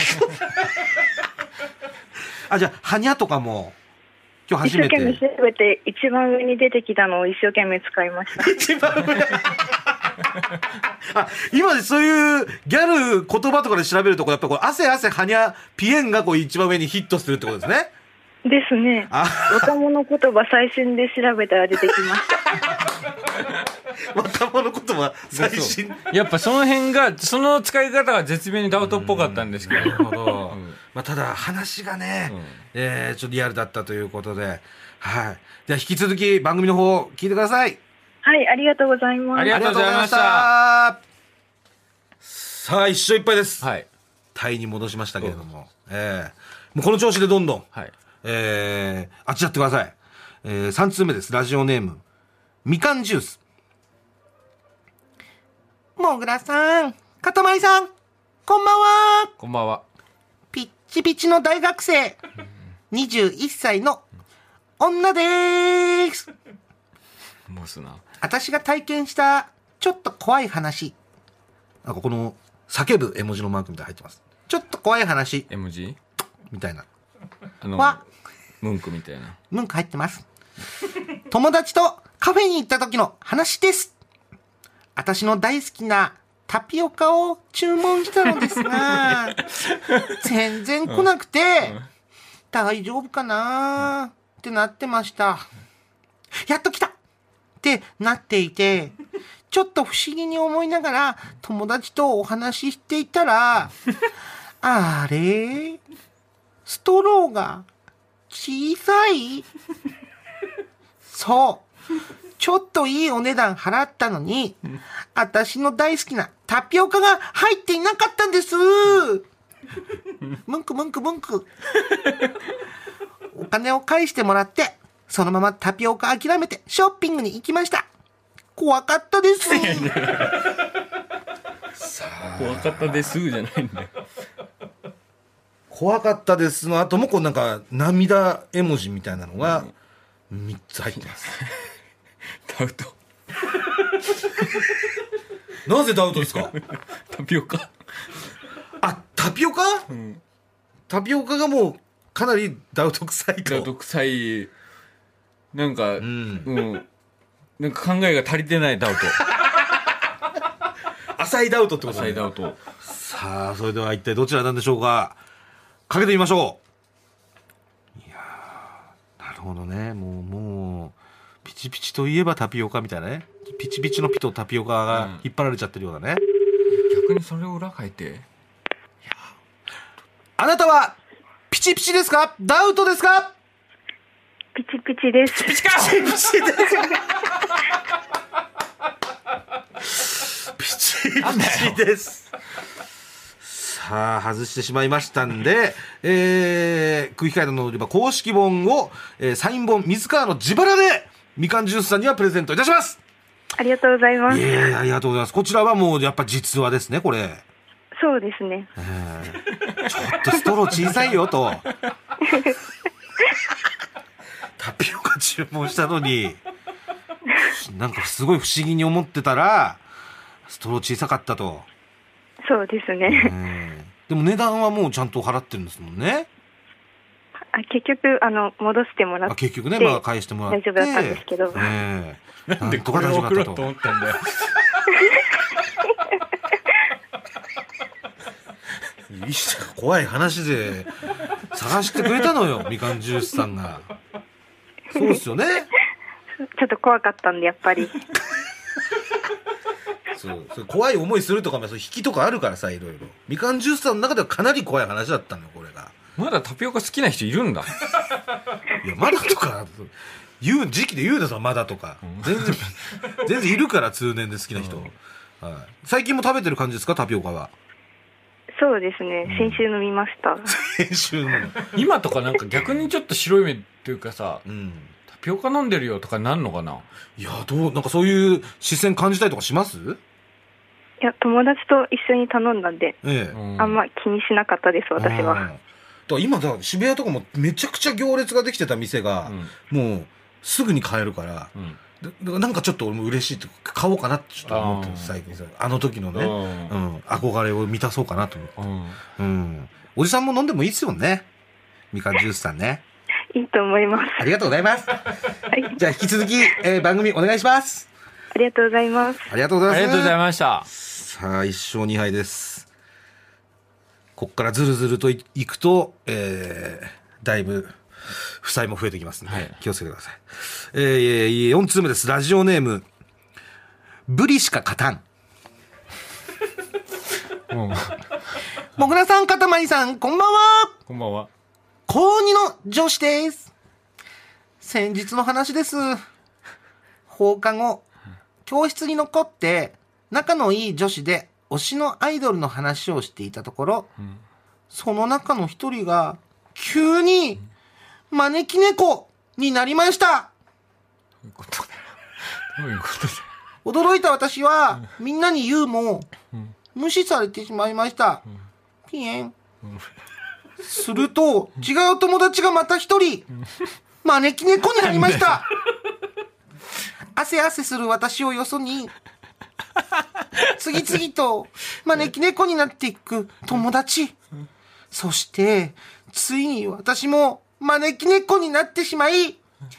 [SPEAKER 2] あ、じゃあ、はにゃとかも、今日初めて。
[SPEAKER 3] 一生懸命調べて、一番上に出てきたのを一生懸命使いました。
[SPEAKER 2] 一番上あ、今でそういうギャル言葉とかで調べるとこやっぱこれ汗汗はにゃピエンがこう一番上にヒットするってことですね。
[SPEAKER 3] ですね。若者言葉最新で調べたら出てきました。
[SPEAKER 2] 若者言葉最新。
[SPEAKER 1] やっぱその辺がその使い方が絶妙にダウトっぽかったんですけど。なるほど。
[SPEAKER 2] うん、まあただ話がね、うん、えー、ちょっとリアルだったということで、はい。では引き続き番組の方聞いてください。
[SPEAKER 3] はい、ありがとうございます。
[SPEAKER 1] ありがとうございました。
[SPEAKER 2] さあ、一勝一敗です。
[SPEAKER 1] はい。
[SPEAKER 2] タイに戻しましたけれども、うん、えー、もうこの調子でどんどん、はい、えー、あっちやってください。えー、さん通目です。ラジオネーム、みかんジュース。もぐらさん、かたまりさん、こんばんは。
[SPEAKER 1] こんばんは。
[SPEAKER 2] ピッチピチの大学生、にじゅういっさいの女でーす。
[SPEAKER 1] もうすな。
[SPEAKER 2] 私が体験したちょっと怖い話。なんかこの叫ぶ絵文字のマークみたいな入ってます。ちょっと怖い話。
[SPEAKER 1] 絵文字
[SPEAKER 2] みたいな。
[SPEAKER 1] あの、ムンクみたいな。
[SPEAKER 2] ムンク入ってます。友達とカフェに行った時の話です。私の大好きなタピオカを注文したのですが、全然来なくて、うんうん、大丈夫かなーってなってました。やっと来たってなっていて、ちょっと不思議に思いながら友達とお話ししていたら、あれストローが小さい？そう。ちょっといいお値段払ったのに、私の大好きなタピオカが入っていなかったんです。ムンクムンクムンク。お金を返してもらって、そのままタピオカ諦めてショッピングに行きました。怖かったです。
[SPEAKER 1] 怖かったですじゃないんだよ。
[SPEAKER 2] 怖かったですの後もこうなんか涙絵文字みたいなのがみっつ入ってます。
[SPEAKER 1] ダウト。
[SPEAKER 2] なぜダウトですか？
[SPEAKER 1] タピオカ。
[SPEAKER 2] あ、タピオカ？うん、タピオカがもうかなりダウト臭いと。
[SPEAKER 1] ダウト臭い。なんか、うん、うん。なんか考えが足りてないダウト。
[SPEAKER 2] 浅いダウトってことね。
[SPEAKER 1] 浅いダウト。
[SPEAKER 2] さあ、それでは一体どちらなんでしょうか。かけてみましょう。いやー、なるほどね。もう、もう、ピチピチといえばタピオカみたいなね。ピチピチのピとタピオカが引っ張られちゃってるようなね。
[SPEAKER 1] うん、逆にそれを裏書いて。いや、
[SPEAKER 2] あなたは、ピチピチですか？ダウトですか？
[SPEAKER 3] ピチピチです。
[SPEAKER 1] ピチピチか！
[SPEAKER 2] ピチピチです。ピチピチです。さあ、外してしまいましたんで、えー、空気階段の売り場公式本を、えー、サイン本水川の自腹でみかんジュースさんにはプレゼントいたします。
[SPEAKER 3] ありがとうございます。
[SPEAKER 2] いやいや、ありがとうございます。こちらはもうやっぱ実話ですね、これ。
[SPEAKER 3] そうですね。
[SPEAKER 2] えー、ちょっとストロー小さいよと。タピオカ注文したのに、なんかすごい不思議に思ってたら、ストロー小さかったと。
[SPEAKER 3] そうですね。
[SPEAKER 2] えー、でも値段はもうちゃんと払ってるんですもんね。
[SPEAKER 3] あ、結局あの戻してもらって、あ、
[SPEAKER 2] 結局ね、まあ返してもらって
[SPEAKER 3] 大丈夫だったんですけど、
[SPEAKER 1] えー、なんでこれ送ろうと思ったんだよ。
[SPEAKER 2] 怖い話で探してくれたのよ、みかんジュースさんが。そうですよね。
[SPEAKER 3] ちょっと怖かったんで、やっぱり。
[SPEAKER 2] そうそれ怖い思いするとかも、そう引きとかあるからさ、いろいろ。みかんジュースさんの中ではかなり怖い話だったのよ、これが。
[SPEAKER 1] まだタピオカ好きな人いるんだ。
[SPEAKER 2] いや、まだとか言う時期で言うですよ、まだとか、うん、全然全然いるから、通年で好きな人、うん、はい、最近も食べてる感じですか、タピオカは。
[SPEAKER 3] そうですね、うん、先週飲みました。
[SPEAKER 2] 先週の
[SPEAKER 1] 今とかなんか逆にちょっと白い目っていうかさ、うん、タピオカ飲んでるよとかなんのかな。
[SPEAKER 2] いや、どうなんかそういう視線感じたりとかします？
[SPEAKER 3] いや、友達と一緒に頼んだんで、ええ、あんま気にしなかったです、私は。
[SPEAKER 2] だから今だ渋谷とかもめちゃくちゃ行列ができてた店が、うん、もうすぐに買えるから、うん、なんかちょっと俺も嬉しいと買おうかなってちょっと思ってます、最近さ。あの時のね、うん、憧れを満たそうかなと思って、うんうん、おじさんも飲んでもいいですよね、みかんジュースさんね。
[SPEAKER 3] いいと思います。
[SPEAKER 2] ありがとうございます、はい、じゃあ引き続き、えー、番組お願いします。
[SPEAKER 3] ありがとうございます。
[SPEAKER 2] ありがとうございます。
[SPEAKER 1] ありがとうございました。
[SPEAKER 2] さあ、いっ勝に敗です。こっからずるずるといくと、えー、だいぶ負債も増えてきますので、はい、気をつけてください。えー、よん通目です。ラジオネームブリしか勝たん。もぐらさん、かたまりさん、こんばんは。
[SPEAKER 1] こんばんは。
[SPEAKER 2] 高にの女子です。先日の話です。放課後、教室に残って仲のいい女子で推しのアイドルの話をしていたところ、うん、その中の一人が急に招き猫になりました。
[SPEAKER 1] どういうことだよ。どういうこと
[SPEAKER 2] だよ。驚いた私は、うん、みんなに言うも、うん、無視されてしまいました。うん、ピエン、うん、すると違う友達がまた一人、うん、招き猫になりました。汗汗する私をよそに次々と招き猫になっていく友達、そしてついに私も招き猫になってしまい、に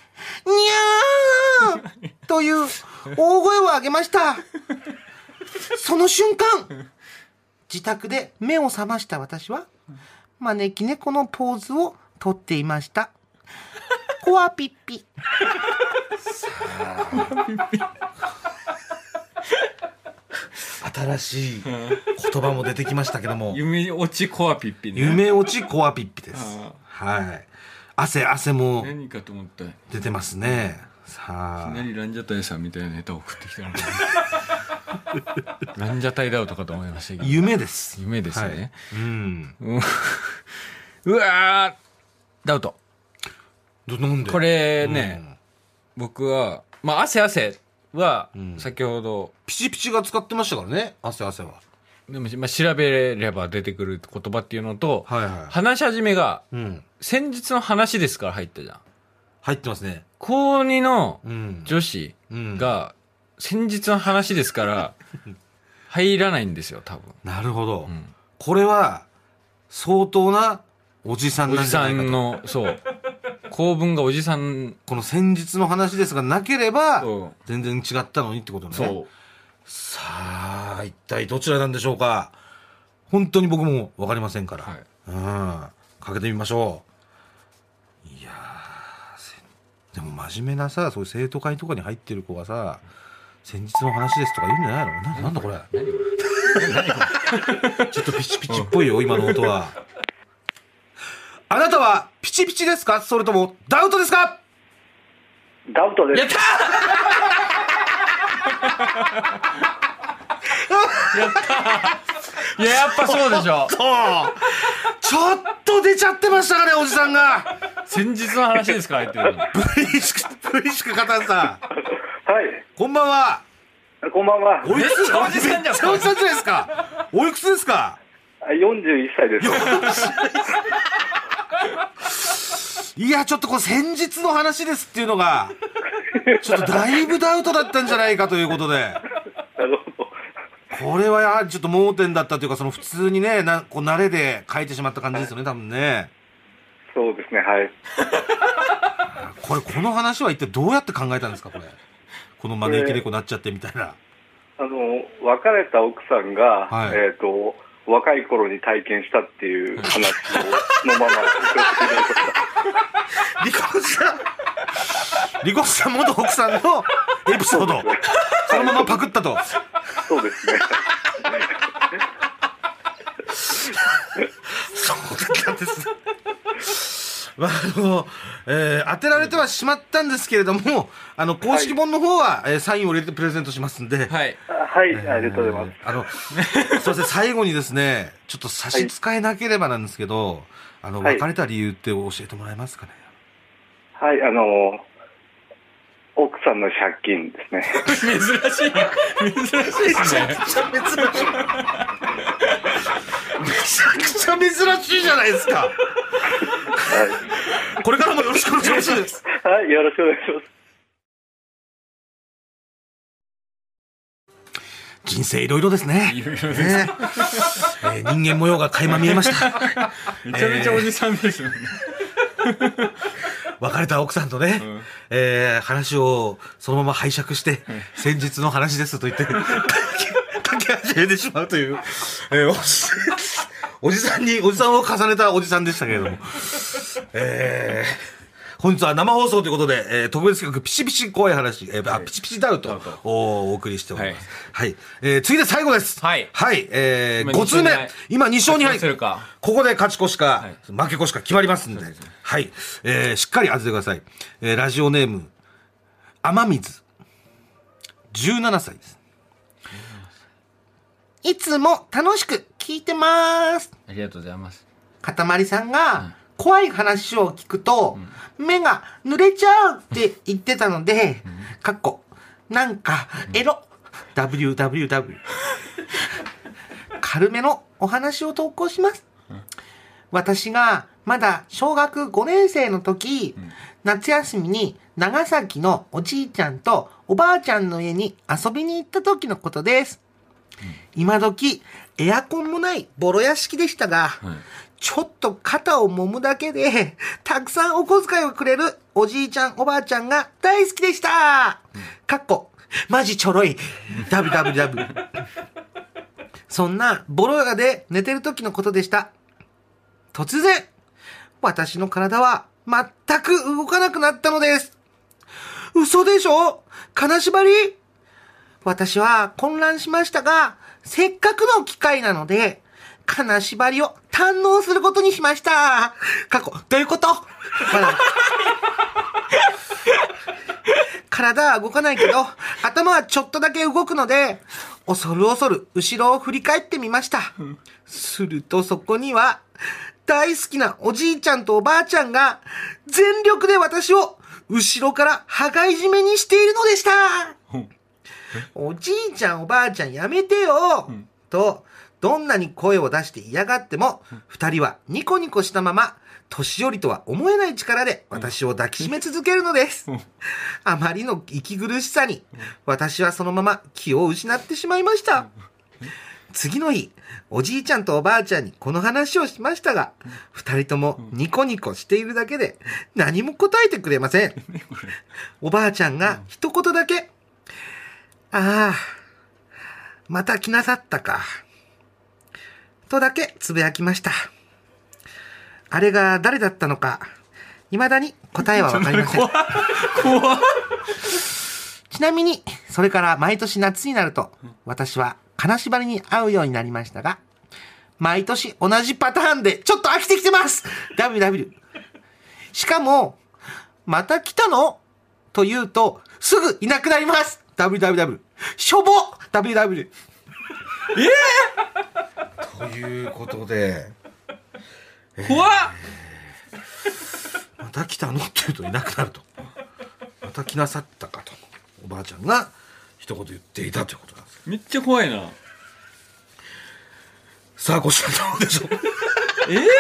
[SPEAKER 2] ゃーという大声を上げました。その瞬間、自宅で目を覚ました私は招き猫のポーズをとっていました。コアピッピ。さあ、新しい言葉も出てきましたけども、
[SPEAKER 1] 夢落ちコアピッピね。
[SPEAKER 2] 夢落ちコアピッピです。はい。汗汗も
[SPEAKER 1] 何かと思った
[SPEAKER 2] 出てますね。さあ、
[SPEAKER 1] いきなりランジャタイさんみたいなネタを送ってきたのかな。ランジャタイだよとかと思いましたけど、
[SPEAKER 2] 夢です。
[SPEAKER 1] 夢ですね、はい、
[SPEAKER 2] うん。
[SPEAKER 1] うわー、ダウト。
[SPEAKER 2] なんで
[SPEAKER 1] これね、うん、僕はまあ汗汗は先ほど、うん、
[SPEAKER 2] ピチピチが使ってましたからね、汗汗は。
[SPEAKER 1] でも、まあ、調べれば出てくる言葉っていうのと、はいはい、話し始めが、うん、先日の話ですから入ったじゃん。
[SPEAKER 2] 入ってますね。
[SPEAKER 1] 高にの女子が、先日の話ですから入らないんですよ、多分。
[SPEAKER 2] なるほど、うん、これは相当なおじさんなんじゃないかと。
[SPEAKER 1] おじさんの、そう構文がおじさん、
[SPEAKER 2] この先日の話ですがなければ全然違ったのにってことね。そう。さあ、一体どちらなんでしょうか。本当に僕も分かりませんから、はい、うん、かけてみましょう。いやー、でも真面目なさ、そういう生徒会とかに入ってる子がさ、先日の話ですとか言うんじゃないの。 な, なんだこれ。ちょっとピチピチっぽいよ今の音は。あなたはピチピチですか、それともダウトですか。
[SPEAKER 4] ダウトです。
[SPEAKER 1] やったやったいや、やっぱそうでしょ。
[SPEAKER 2] ちょっと出ちゃってましたかね、おじさんが。
[SPEAKER 1] 先日の話ですか入ってるの。
[SPEAKER 2] ブリシクブリシクカタンさん、
[SPEAKER 4] はい、
[SPEAKER 2] こんばんは。
[SPEAKER 4] こんばんは。
[SPEAKER 2] おいくつ？めっちゃおじさんじゃないですか。おいくつですか。
[SPEAKER 4] よんじゅういっさいです。
[SPEAKER 2] いや、ちょっとこれ先日の話ですっていうのがちょっとだいぶダウトだったんじゃないかということで。なるほど。これはやはりちょっと盲点だったというか、その普通にね、なこう慣れで書いてしまった感じですよね、多分ね。
[SPEAKER 4] そうですね、はい。
[SPEAKER 2] これ、この話は一体どうやって考えたんですか、これ。この招き猫になっちゃってみたいな。
[SPEAKER 4] あの別れた奥さんが、はい、えーと若い頃に体験したっていう話をのまま
[SPEAKER 2] 離婚した離婚した元奥さんのエピソードそのままパクったと。
[SPEAKER 4] そうですね。
[SPEAKER 2] そうだったんですね。まああのえー、当てられてはしまったんですけれども、あの公式本の方は、はい、えー、サインを入れてプレゼントしますんで、
[SPEAKER 1] はい、
[SPEAKER 4] はい、えー、ありがとうございます。
[SPEAKER 2] あのすいません、最後にですね、ちょっと差し支えなければなんですけど、はい、あの別れた理由って教えてもらえますかね。
[SPEAKER 4] はい、あの奥さんの借金ですね。
[SPEAKER 1] 珍しい珍しいですね。めちゃくちゃ珍しい
[SPEAKER 2] めちゃくちゃ珍しいじゃないですか。はい、これからもよろしくお願いします。
[SPEAKER 4] はい、よろしくお願いします。
[SPEAKER 2] 人生いろいろですね。いろいろです、ねえー、人間模様が垣間見えました。
[SPEAKER 1] めちゃめちゃおじさんですよね。
[SPEAKER 2] 別れた奥さんとね、うん、えー、話をそのまま拝借して、うん、先日の話ですと言って書き始めてしまうという、えー、お, おじさんにおじさんを重ねたおじさんでしたけれども、えー本日は生放送ということで、えー、特別企画ピチピチ怖い話、えーはい、あピチピチダウトをお送りしております。はい。はい、えー、次で最後です。はい。はい。えー、ご通目。今に勝に敗。ここで勝ち越しか、はい、負け越しか決まりますんで。はい。えー、しっかり当ててください。えー、ラジオネーム、雨水。じゅうななさいです。いつも楽しく聞いてます。
[SPEAKER 1] ありがとうございます。
[SPEAKER 2] かたまりさんが、うん、怖い話を聞くと、うん、目が濡れちゃうって言ってたので、うん、かっこ、なんか、エロ、うん、ダブリューダブリューダブリュー 軽めのお話を投稿します。うん、私がまだ小学ごねん生の時、うん、夏休みに長崎のおじいちゃんとおばあちゃんの家に遊びに行った時のことです。うん、今時、エアコンもないボロ屋敷でしたが、うん、ちょっと肩を揉むだけで、たくさんお小遣いをくれるおじいちゃん、おばあちゃんが大好きでした。うん、かっこ、マジちょろい。ダブダブダブ。そんなボロ屋で寝てる時のことでした。突然、私の体は全く動かなくなったのです。嘘でしょ？金縛り？私は混乱しましたが、せっかくの機会なので、金縛りを堪能することにしました。過去、どういうこと？まだ体は動かないけど、頭はちょっとだけ動くので、恐る恐る後ろを振り返ってみました。するとそこには、大好きなおじいちゃんとおばあちゃんが、全力で私を後ろから羽交い締めにしているのでした。おじいちゃんおばあちゃんやめてよ、うん、とどんなに声を出して嫌がっても、うん、二人はニコニコしたまま年寄りとは思えない力で私を抱きしめ続けるのです、うん、あまりの息苦しさに私はそのまま気を失ってしまいました。次の日おじいちゃんとおばあちゃんにこの話をしましたが、二人ともニコニコしているだけで何も答えてくれません。おばあちゃんが一言だけ、ああ、また来なさったか。とだけつぶやきました。あれが誰だったのか、未だに答えはわかりません。怖怖ちなみに、それから毎年夏になると、私は金縛りに会うようになりましたが、毎年同じパターンでちょっと飽きてきてます。ダブリューダブリュー。しかも、また来たのと言うと、すぐいなくなります。ダブリューダブリューダブリュー。しょぼ ダブリューダブリュー。えー、ということで、
[SPEAKER 1] 怖っ、
[SPEAKER 2] えー、また来たのって言うといなくなると。また来なさったかと。おばあちゃんが一言言っていたということなんです。
[SPEAKER 1] めっちゃ怖いな。
[SPEAKER 2] さあ、ご主人どうでしょう。
[SPEAKER 1] えー、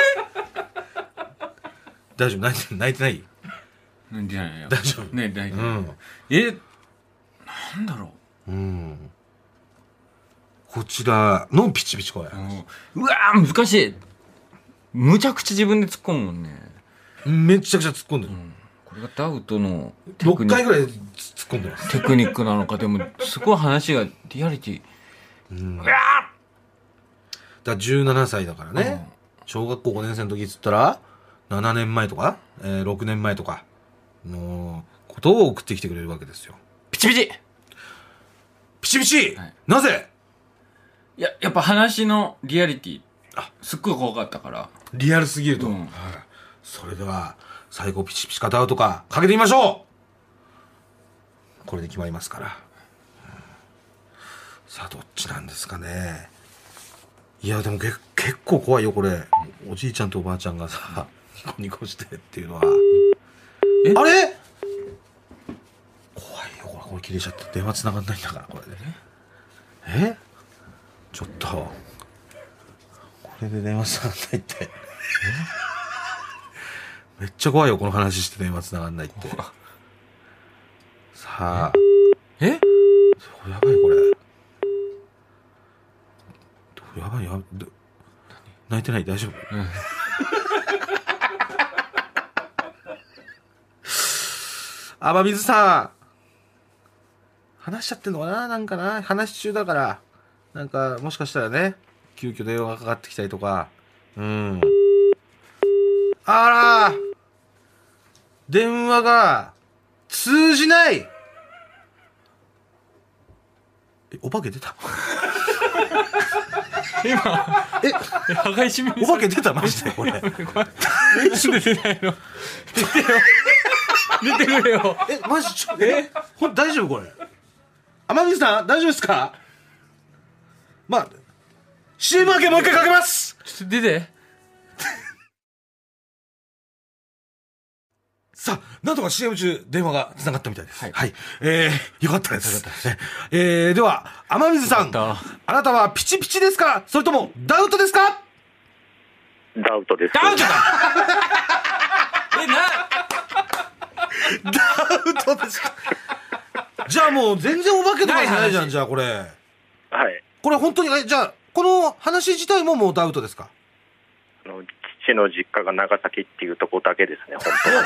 [SPEAKER 2] 大丈夫？泣いて、泣いてない？
[SPEAKER 1] 泣いてないよ。
[SPEAKER 2] 大丈夫？
[SPEAKER 1] ね、大丈夫。うん、え、なんだろう。
[SPEAKER 2] うん。こちらのピチピチ怖い。うん、
[SPEAKER 1] うわー、難しい。むちゃくちゃ自分で突っ込むもんね。
[SPEAKER 2] めちゃくちゃ突っ込んでる。うん、
[SPEAKER 1] これがダウトの
[SPEAKER 2] ろっかいぐらい突っ込んでます。
[SPEAKER 1] テクニックなのか、でもすごい話がリアリティ。うん、うわ
[SPEAKER 2] だじゅうななさいだからね、うん、小学校ごねん生の時っつったらななねんまえとか、えー、ろくねんまえとかのことを送ってきてくれるわけですよ。
[SPEAKER 1] ピチピチ
[SPEAKER 2] ピチピチ、はい、なぜ？
[SPEAKER 1] いや、やっぱ話のリアリティ、あ、すっごい怖かったから。
[SPEAKER 2] リアルすぎると。うん、はい。それでは、最後ピチピチかダウトか、かけてみましょう。これで決まりますから。うん、さあ、どっちなんですかね。いや、でもけ結構怖いよ、これ。おじいちゃんとおばあちゃんがさ、ニコニコしてっていうのは。えあれ怖いよ、これ、これ切れちゃって電話繋がんないんだから、これでね。えちょっとこれで電話つながんないってめっちゃ怖いよ、この話して電話つながんないってさあ
[SPEAKER 1] え
[SPEAKER 2] やばい、これやばいやばい、泣いてない？大丈夫？うん、雨水さん話しちゃってんのかな、なんかな、話中だからなんかもしかしたらね、急遽電話がかかってきたりとか。うん。あら電話が通じない。え、お化け出た
[SPEAKER 1] 今え破壊しみ
[SPEAKER 2] お化け出たマジでこれ。
[SPEAKER 1] なんで出ないの？出てよ。出てくれよ。
[SPEAKER 2] え、マジちょえほん大丈夫これ？雨水さん大丈夫ですか？まあ シーエム 明けもう一回かけます。
[SPEAKER 1] ちょっと出て
[SPEAKER 2] さあなんとか シーエム 中電話がつながったみたいです。はい、はい、えー、よかったです。よかったですね。えー、では雨水さん、あなたはピチピチですか、それともダウトですか？
[SPEAKER 4] ダウトです。
[SPEAKER 1] ダウトだえ
[SPEAKER 2] ダ
[SPEAKER 1] な
[SPEAKER 2] ウトですかじゃあもう全然お化けとかじゃないじゃん。じゃあこれ
[SPEAKER 4] はい
[SPEAKER 2] これ本当にじゃあこの話自体ももうダウトですか？
[SPEAKER 4] あの父の実家が長崎っていうとこだけですね、本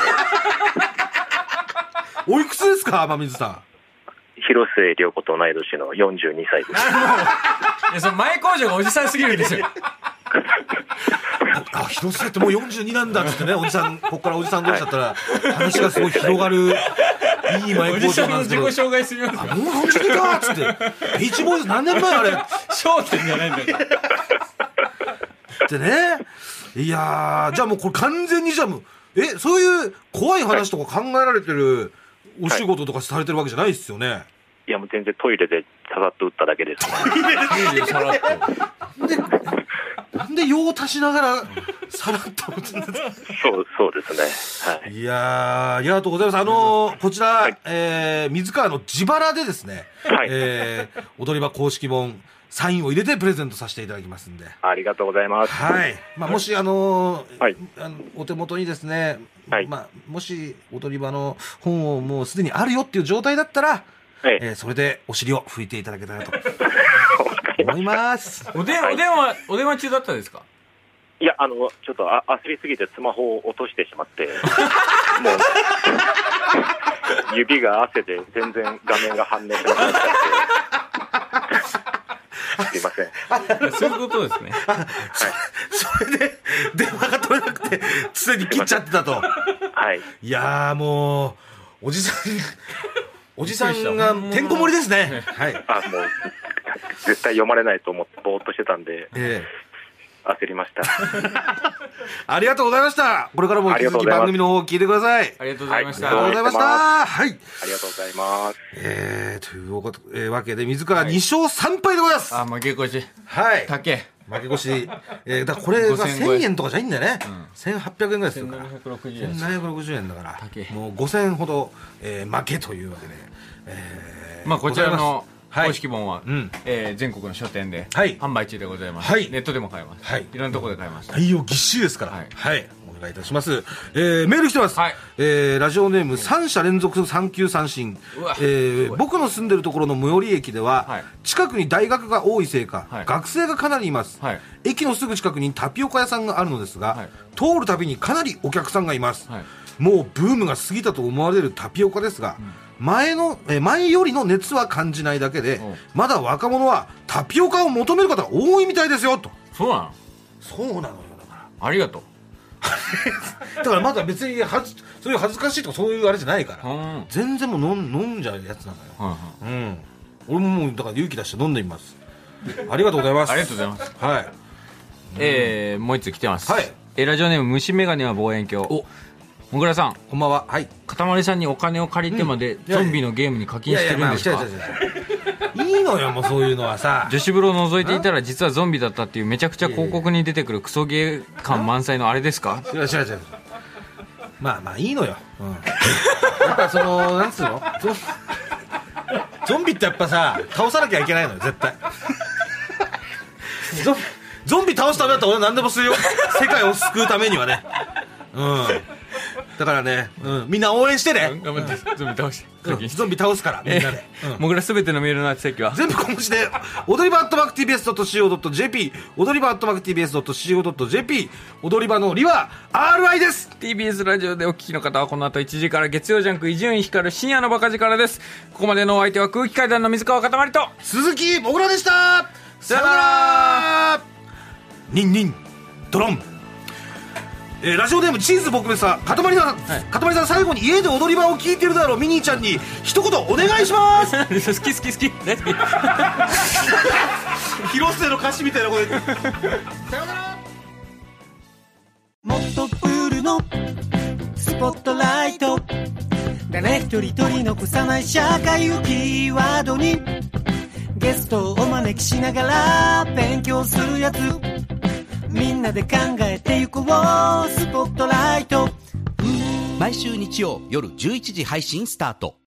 [SPEAKER 2] 当においくつですか雨水さん？
[SPEAKER 4] 広末涼子と同い年のよんじゅうにさいです。
[SPEAKER 1] いやその前工場がおじさんすぎるんですよ
[SPEAKER 2] あ、広末ってもうよんじゅうになんだっつってね、おじさんここからおじさん同士だったら話がすごい広がるいい前工場なんですけど、
[SPEAKER 1] おじさんの自己紹介すみます。
[SPEAKER 2] あ、もうよんじゅうにかっつってビーチボーイズ何年前あれ
[SPEAKER 1] 焦点じゃないんだよ
[SPEAKER 2] ってね。いやーじゃあもうこれ完全にじゃあもうえそういう怖い話とか考えられてるお仕事とかされてるわけじゃないですよね？はい、
[SPEAKER 4] いやもう全然トイレでさらっと打っただけです、ね、
[SPEAKER 1] トイレでさらっと
[SPEAKER 2] でなんで用を足しながらさらっと打つんですか？
[SPEAKER 4] そうそうですね、はい、
[SPEAKER 2] いやーありがとうございます。あのー、こちら、はい、えー、水川の自腹でですね、はい、えー、踊り場公式本サインを入れてプレゼントさせていただきますんで。
[SPEAKER 4] ありがとうございます。
[SPEAKER 2] はい。まあ、もしあのー
[SPEAKER 4] はい、
[SPEAKER 2] あのお手元にですね、
[SPEAKER 4] はい、
[SPEAKER 2] まあ、もし踊り場の本をもうすでにあるよっていう状態だったら、はい、えー、それでお尻を拭いていただけたらと思います。
[SPEAKER 1] おでん、お電話、お電話中だったですか？
[SPEAKER 4] いや、あの、ちょっとあ焦りすぎてスマホを落としてしまって、もう、指が汗で全然画面が反応しなくなっちゃって、すいません。
[SPEAKER 1] そういうことですね。
[SPEAKER 2] はい、それで電話が取れなくて常に切っちゃってたと。はい。いやーもうおじさんおじさんがてんこ盛りですね。はい。
[SPEAKER 4] あもう絶対読まれないと思ってぼーっとしてたんで、えー、焦りました。
[SPEAKER 2] ありがとうございました。これからも引き続き番組の方を聞いてください。
[SPEAKER 1] ありがとうございました。
[SPEAKER 2] ありがとうございました。はい。
[SPEAKER 4] ありがとうございます。
[SPEAKER 2] えー、ということ、えー、わけで水川に勝さん敗でございます。
[SPEAKER 1] あ、負け越し。
[SPEAKER 2] はい。
[SPEAKER 1] 高え。
[SPEAKER 2] 負け越し。えー、だからこれがせんえんとかじゃないんだよね。うん、せんはっぴゃくえんぐらいするから。せんななひゃくろくじゅうえん。せんななひゃくろくじゅうえんだから。もうごせんえんほど、えー、負けというわけで。え
[SPEAKER 1] ー、まあこちらの公式本は、はい、うん、えー、全国の書店で販売中でございます。はい、ネットでも買えます。はい、いろんなところで買えます。
[SPEAKER 2] 内容ぎっしりですから。はい。はい、お願いいたします。えー、メール来てます。はい、えー、ラジオネームさん者連続さん級三振。えー、僕の住んでるところの最寄り駅では、はい、近くに大学が多いせいか、はい、学生がかなりいます。はい、駅のすぐ近くにタピオカ屋さんがあるのですが、はい、通るたびにかなりお客さんがいます。はい、もうブームが過ぎたと思われるタピオカですが、うん、前のえ前よりの熱は感じないだけで、まだ若者はタピオカを求める方が多いみたいですよと。
[SPEAKER 1] そうなの？
[SPEAKER 2] そうなのよ、だから。
[SPEAKER 1] ありがとう。
[SPEAKER 2] だからまだ別にはずそういう恥ずかしいとかそういうあれじゃないから、うん、全然もう飲ん、飲んじゃうやつなのよ、うんうん、俺ももうだから勇気出して飲んでみます。ありがとうございます。
[SPEAKER 1] ありがとうございます。
[SPEAKER 2] はい、
[SPEAKER 1] えー、もう一つ来てます。
[SPEAKER 2] はい、
[SPEAKER 1] えー、ラジオネーム虫眼鏡は望遠鏡。お、もぐらさん、
[SPEAKER 2] こんばんは。はい。
[SPEAKER 1] かたまりさんにお金を借りてまで、うん、ゾンビのゲームに課金してるんですか？
[SPEAKER 2] いいのよ、もうそういうのはさ。
[SPEAKER 1] 女子風呂を覗いていたら実はゾンビだったっていうめちゃくちゃ広告に出てくるクソゲー感満載のあれですか？
[SPEAKER 2] 違う違う違う。まあまあいいのよ、うん、やっぱそのなんつうの、ゾンビってやっぱさ倒さなきゃいけないのよ絶対。ゾン、ゾンビ倒すためだったら俺は何でもするよ、世界を救うためにはね。うん、だからね、うん、みんな応援してね。
[SPEAKER 1] 頑張って、ゾンビ倒して、
[SPEAKER 2] うん、ゾンビ倒すからみんなで。
[SPEAKER 1] もぐらすべてのメールの宛先は
[SPEAKER 2] 全部小文字で踊り場アットマーク ティービーエスドットシーオードットジェーピー、 踊り場アットマーク ティービーエスドットシーオードットジェーピー、 踊り場のりは アールアイ です。
[SPEAKER 1] ティービーエス ラジオでお聞きの方はこの後いちじから月曜ジャンク伊集院光る深夜のバカ力です。ここまでのお相手は空気階段の水川かたまりと
[SPEAKER 2] 鈴木もぐらでした。
[SPEAKER 1] さよなら。
[SPEAKER 2] ニンニンドロン。えー、ラジオネームチーズ撲滅さん、かたまりさん、はい、かたまりさん、最後に家で踊り場を聞いてるだろうミニーちゃんに一言お願いします。
[SPEAKER 1] 好き好き好き大好き。
[SPEAKER 2] 広末の歌詞みたいな声。さよなら。
[SPEAKER 5] もっとプールのスポットライト、誰一人取り残さない社会をキーワードにゲストをお招きしながら勉強するやつ、みんなで考えてゆこうスポットライト。
[SPEAKER 6] 毎週日曜夜じゅういちじ配信スタート。